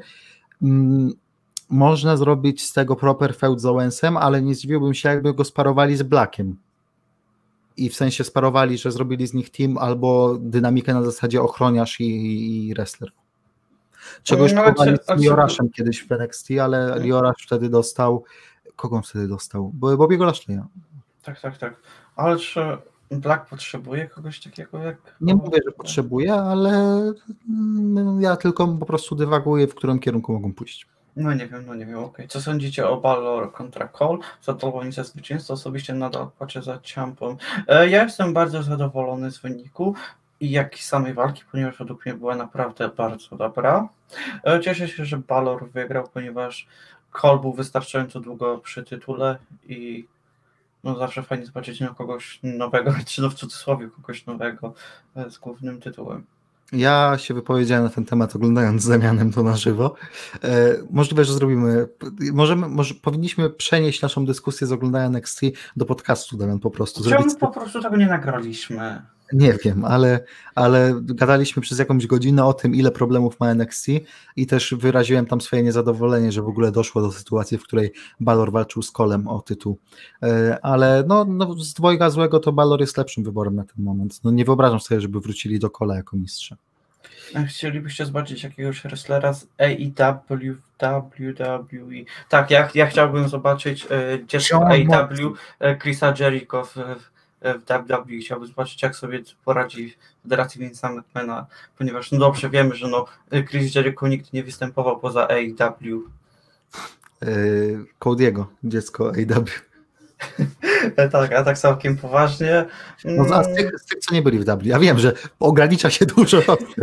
Można zrobić z tego proper feud z Owensem, ale nie zdziwiłbym się, jakby go sparowali z Blackiem. I w sensie sparowali, że zrobili z nich team albo dynamikę na zasadzie ochroniarz i wrestler. Czegoś próbowali z Lioraszem kiedyś w NXT, ale Liorasz wtedy dostał... Kogo on wtedy dostał? Bobby'ego Lashley'a. Tak. Ale czy Black potrzebuje kogoś takiego jak... Nie mówię, że potrzebuje, ale ja tylko po prostu dywaguję, w którym kierunku mogą pójść. Nie wiem, okej. Co sądzicie o Balor kontra Cole? Zadowoleni ze zwycięstwa? Osobiście nadal patrzę za Ciampą. Ja jestem bardzo zadowolony z wyniku i jak i samej walki, ponieważ według mnie była naprawdę bardzo dobra. Cieszę się, że Balor wygrał, ponieważ Cole był wystarczająco długo przy tytule i zawsze fajnie zobaczyć kogoś nowego, czy w cudzysłowie kogoś nowego z głównym tytułem. Ja się wypowiedziałem na ten temat, oglądając z Damianem to na żywo. Możliwe, że zrobimy... Może powinniśmy przenieść naszą dyskusję z oglądania NXT do podcastu, Damian, po prostu. Czemu po prostu tego nie nagraliśmy? Nie wiem, ale gadaliśmy przez jakąś godzinę o tym, ile problemów ma NXT i też wyraziłem tam swoje niezadowolenie, że w ogóle doszło do sytuacji, w której Balor walczył z Colem o tytuł. Ale z dwojga złego to Balor jest lepszym wyborem na ten moment. Nie wyobrażam sobie, żeby wrócili do Cola jako mistrza. Chcielibyście zobaczyć jakiegoś wrestlera z AEW, WWE? Tak, ja chciałbym zobaczyć dziecko AEW Chrisa Jericho w WWE. Chciałbym zobaczyć, jak sobie poradzi w Federacji Vince'a McMahona, ponieważ dobrze wiemy, że Chris Jericho nigdy nie występował poza AEW. Cody'ego, dziecko AEW. Tak, a tak całkiem poważnie. A z tych, co nie byli w W. Ja wiem, że ogranicza się dużo.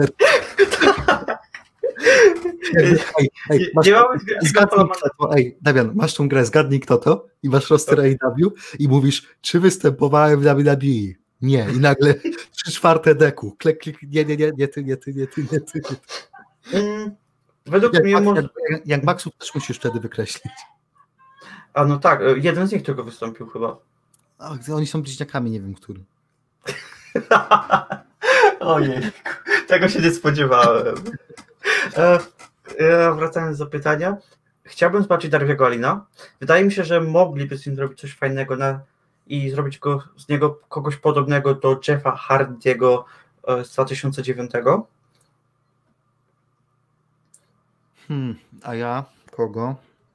Damian, masz tą grę, zgadnij kto to i masz roster AEW i mówisz, czy występowałem w WWE. Nie, i nagle 3/4 deku. Klik, nie ty. Według mnie może... Jak Baxów też musisz wtedy wykreślić. A no tak, jeden z nich tylko wystąpił chyba. Ach, oni są bliźniakami, nie wiem, który. Ojej, tego się nie spodziewałem. Wracając do pytania, chciałbym zobaczyć Darviego Allina. Wydaje mi się, że mogliby z nim zrobić coś fajnego i zrobić z niego kogoś podobnego do Jeffa Hardy'ego z 2009. A ja kogo?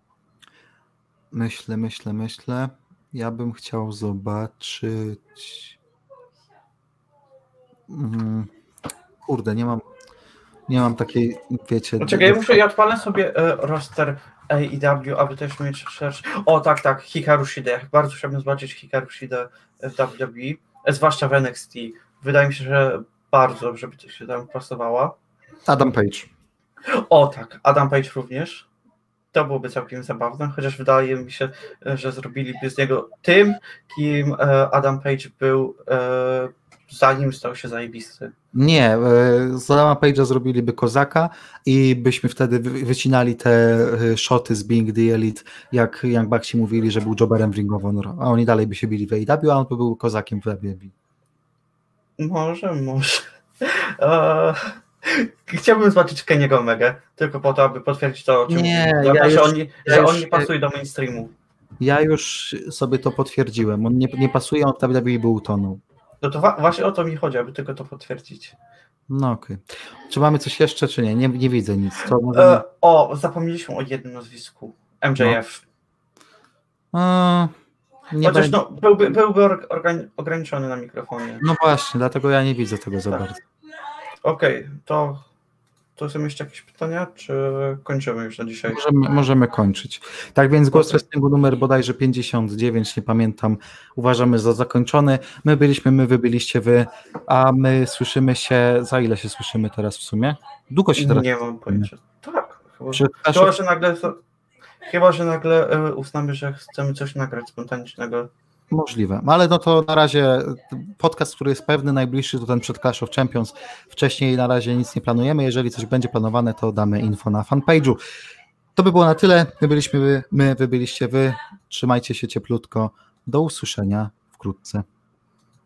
Myślę. Ja bym chciał zobaczyć... Kurde, nie mam takiej, wiecie... Czekaj, ja odpalę sobie roster AEW, aby też mieć szerszy... O, tak, Hikaru Shida. Ja bardzo chciałbym zobaczyć Hikaru Shida w WWE, zwłaszcza w NXT. Wydaje mi się, że bardzo dobrze by to się tam pasowała. Adam Page. O tak, Adam Page również. To byłoby całkiem zabawne, chociaż wydaje mi się, że zrobiliby z niego tym, kim Adam Page był, zanim stał się zajebisty. Nie, z Adama Page'a zrobiliby kozaka i byśmy wtedy wycinali te shoty z Being the Elite, jak Young Bucksi mówili, że był jobberem w Ring of Honor, a oni dalej by się bili w AEW, a on by był kozakiem w WWE. Może. Chciałbym zobaczyć Kenny'ego Omegę, tylko po to, aby potwierdzić to, o czym że on nie pasuje do mainstreamu. Ja już sobie to potwierdziłem. On nie pasuje, on w WWE by utonął. No to właśnie o to mi chodzi, aby tylko to potwierdzić. No okej. Czy mamy coś jeszcze, czy nie? Nie widzę nic. Zapomnieliśmy o jednym nazwisku. MJF. Chociaż byłby ograniczony na mikrofonie. No właśnie, dlatego ja nie widzę tego za bardzo. Okej, to są jeszcze jakieś pytania, czy kończymy już na dzisiaj? Możemy kończyć. Tak więc głos wrestlingu numer bodajże 59, nie pamiętam, uważamy za zakończony. My byliśmy, wy byliście wy, a my słyszymy się, za ile się słyszymy teraz w sumie? Długo się teraz... Nie mam pojęcia. Tak, chyba, że nagle uznamy, że chcemy coś nagrać spontanicznego. Możliwe, ale no to na razie podcast, który jest pewny, najbliższy to ten przed Clash of Champions. Wcześniej na razie nic nie planujemy, jeżeli coś będzie planowane, to damy info na fanpage'u. To by było na tyle, my byliśmy wy byliście wy, trzymajcie się cieplutko, do usłyszenia wkrótce.